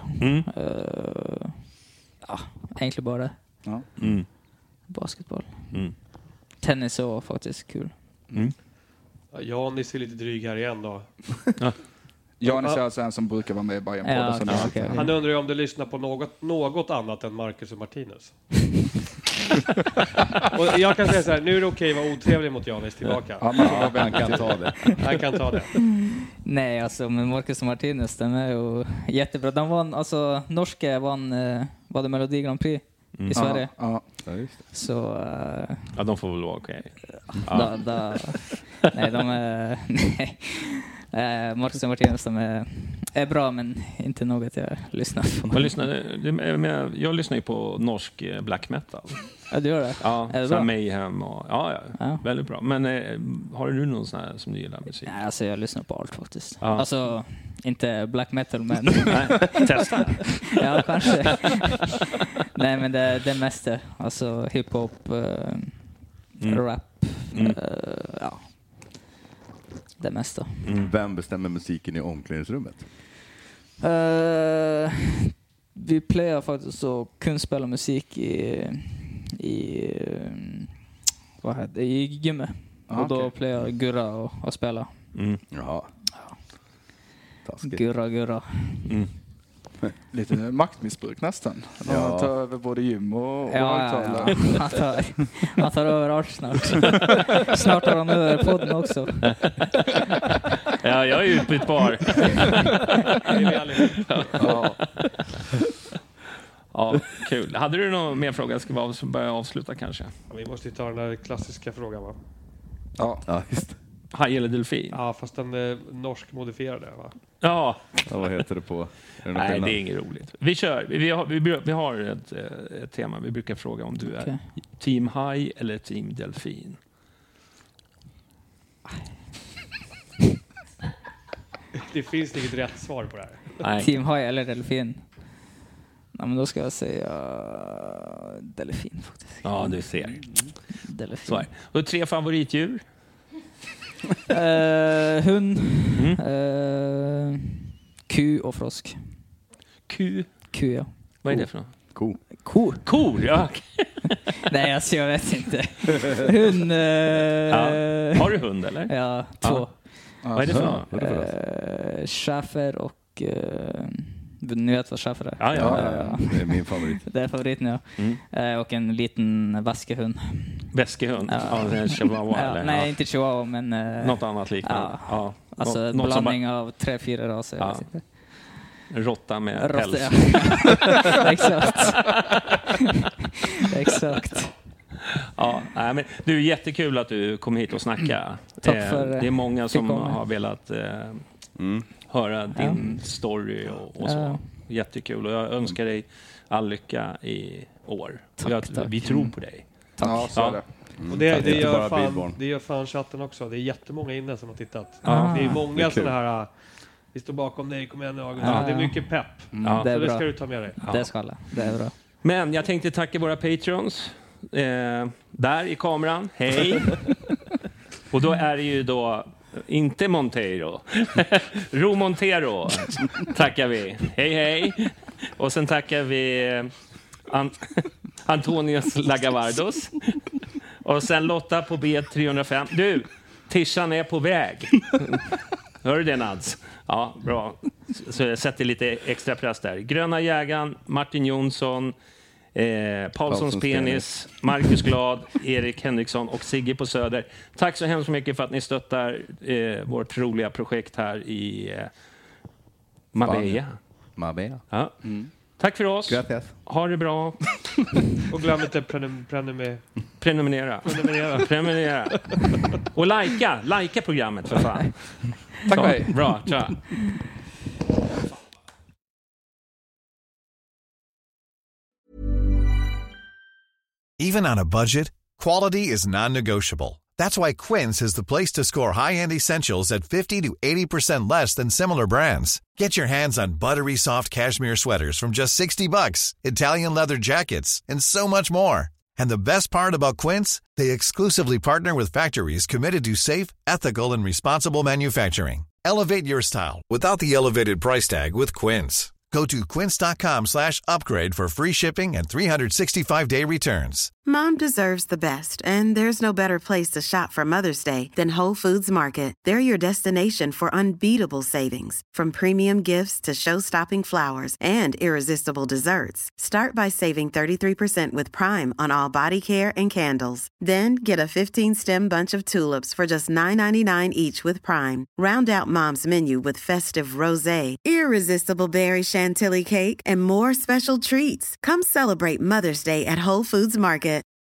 [SPEAKER 8] Egentligen bara basketboll. Tennis är faktiskt kul.
[SPEAKER 9] Janis är lite dryg här igen då.
[SPEAKER 10] Janis är alltså en som brukar vara med i Bayern-podden.
[SPEAKER 8] Okay.
[SPEAKER 9] Han undrar ju om du lyssnar på något annat än Marcus och Martinus. Och jag kan säga så här, nu är det okej att vara otrevlig mot Janis tillbaka.
[SPEAKER 6] Han kan ta det.
[SPEAKER 9] Han kan ta det.
[SPEAKER 8] Nej, alltså, men Marcus och Martinus, den är ju jättebra. De vann, alltså, norska var det Melodi Grand Prix i Sverige.
[SPEAKER 10] Ja,
[SPEAKER 6] just det.
[SPEAKER 8] Så...
[SPEAKER 7] ja, de får väl vara okej.
[SPEAKER 8] Nej, de är... Nej. Marcus och Martinus, de är bra, men inte något jag lyssnar på.
[SPEAKER 7] Jag lyssnar ju på norsk black metal.
[SPEAKER 8] Ja, du gör det?
[SPEAKER 7] Ja,
[SPEAKER 8] är det
[SPEAKER 7] så
[SPEAKER 8] bra?
[SPEAKER 7] Mayhem och... Ja, väldigt bra. Men har du någon sån här som du gillar musik?
[SPEAKER 8] Nej, alltså jag lyssnar på allt faktiskt.
[SPEAKER 7] Ja.
[SPEAKER 8] Alltså, inte black metal, men...
[SPEAKER 7] Nej, testa.
[SPEAKER 8] Ja, kanske. Nej, men det mesta. Alltså hiphop, rap, ja. Det mesta.
[SPEAKER 6] Vem bestämmer musiken i omklädningsrummet?
[SPEAKER 8] Vi playar faktiskt så kunna spela musik i gymmet. Och då playar Gurra och spela.
[SPEAKER 6] Jaha. Taskigt.
[SPEAKER 8] Gurra.
[SPEAKER 10] Lite maktmissbruk nästan. Man tar över både gym och
[SPEAKER 8] högtalare. Han tar över allt snart. Snart har han över podden också.
[SPEAKER 7] Ja, jag är utbytbar. Ja, kul. Hade du någon mer fråga? Ska vi börja avsluta kanske?
[SPEAKER 9] Ja, vi måste ju ta den där klassiska frågan, va?
[SPEAKER 6] Ja, just.
[SPEAKER 7] Haj eller delfin?
[SPEAKER 9] Ja, fast den norsk modifierade, va?
[SPEAKER 7] Ja.
[SPEAKER 6] Vad heter det på?
[SPEAKER 7] Nej, det är inget roligt. Vi kör. Vi har ett tema. Vi brukar fråga om du är team haj eller team delfin.
[SPEAKER 9] Det finns inget rätt svar på det här.
[SPEAKER 7] Nej.
[SPEAKER 8] Team haj eller delfin? Ja, men då ska jag säga delfin faktiskt.
[SPEAKER 7] Ja, du ser.
[SPEAKER 8] Delfin.
[SPEAKER 7] Så är. Och 3 favoritdjur?
[SPEAKER 8] Hund, ku och frosk.
[SPEAKER 7] Ku,
[SPEAKER 8] ja.
[SPEAKER 7] Vad är det för något?
[SPEAKER 8] Kor,
[SPEAKER 7] ja.
[SPEAKER 8] Nej, alltså jag vet inte. Hund.
[SPEAKER 7] Har du hund eller?
[SPEAKER 8] Ja, 2.
[SPEAKER 7] Vad är det för något?
[SPEAKER 8] Schäfer och... ni vet vad schäfer är?
[SPEAKER 6] Ja. Det är min favorit.
[SPEAKER 8] Det är favoriten, ja. Och en liten väskehund.
[SPEAKER 7] Väskehund? Ja, en chihuahua eller?
[SPEAKER 8] Nej, inte chihuahua, men...
[SPEAKER 7] något annat liknande?
[SPEAKER 8] Ja. Alltså en blandning av 3-4 raser.
[SPEAKER 7] Ja. En råtta med päls.
[SPEAKER 8] Ja. Exakt.
[SPEAKER 7] Ja, men det är jättekul att du kom hit och snacka.
[SPEAKER 8] Tack för
[SPEAKER 7] det är många som har velat höra din story och så. Jättekul. Och jag önskar dig all lycka i år.
[SPEAKER 8] Tack.
[SPEAKER 7] Vi tror på dig.
[SPEAKER 10] Tack. Ja, så är det.
[SPEAKER 9] Och det gör fan chatten också. Det är jättemånga inne som har tittat. Det är många sådana här... Vi står bakom dig, kom igen August. Det är mycket pepp.
[SPEAKER 8] Det är
[SPEAKER 9] så det
[SPEAKER 8] bra.
[SPEAKER 9] ska du ta med dig.
[SPEAKER 8] Det ska alla. Det är bra.
[SPEAKER 7] Men jag tänkte tacka våra patrons. Där i kameran. Hej! Och då är det ju då inte Montero. Ro Montero tackar vi. Hej. Och sen tackar vi Antonios Lagavardos. Och sen Lotta på B305. Du, Tishan är på väg. Hör du det, Nads? Ja, bra. Så jag sätter lite extra press där. Gröna jägaren, Martin Jonsson, Paulssons penis, Marcus Glad, Erik Henriksson och Sigge på Söder. Tack så hemskt mycket för att ni stöttar vårt roliga projekt här i Marbella.
[SPEAKER 6] Marbella.
[SPEAKER 7] Ja. Tack för oss.
[SPEAKER 6] Gracias.
[SPEAKER 7] Ha det bra.
[SPEAKER 9] Och glöm inte
[SPEAKER 7] prenumerera. Och likea programmet för fan.
[SPEAKER 10] Tack mig.
[SPEAKER 7] Bra, tja.
[SPEAKER 14] Even on a budget, quality is non-negotiable. That's why Quince is the place to score high-end essentials at 50 to 80% less than similar brands. Get your hands on buttery soft cashmere sweaters from just $60, Italian leather jackets, and so much more. And the best part about Quince, they exclusively partner with factories committed to safe, ethical, and responsible manufacturing. Elevate your style without the elevated price tag with Quince. Go to quince.com/upgrade for free shipping and 365-day returns.
[SPEAKER 15] Mom deserves the best, and there's no better place to shop for Mother's Day than Whole Foods Market. They're your destination for unbeatable savings, from premium gifts to show-stopping flowers and irresistible desserts. Start by saving 33% with Prime on all body care and candles. Then get a 15-stem bunch of tulips for just $9.99 each with Prime. Round out Mom's menu with festive rosé, irresistible berry chantilly cake, and more special treats. Come celebrate Mother's Day at Whole Foods Market.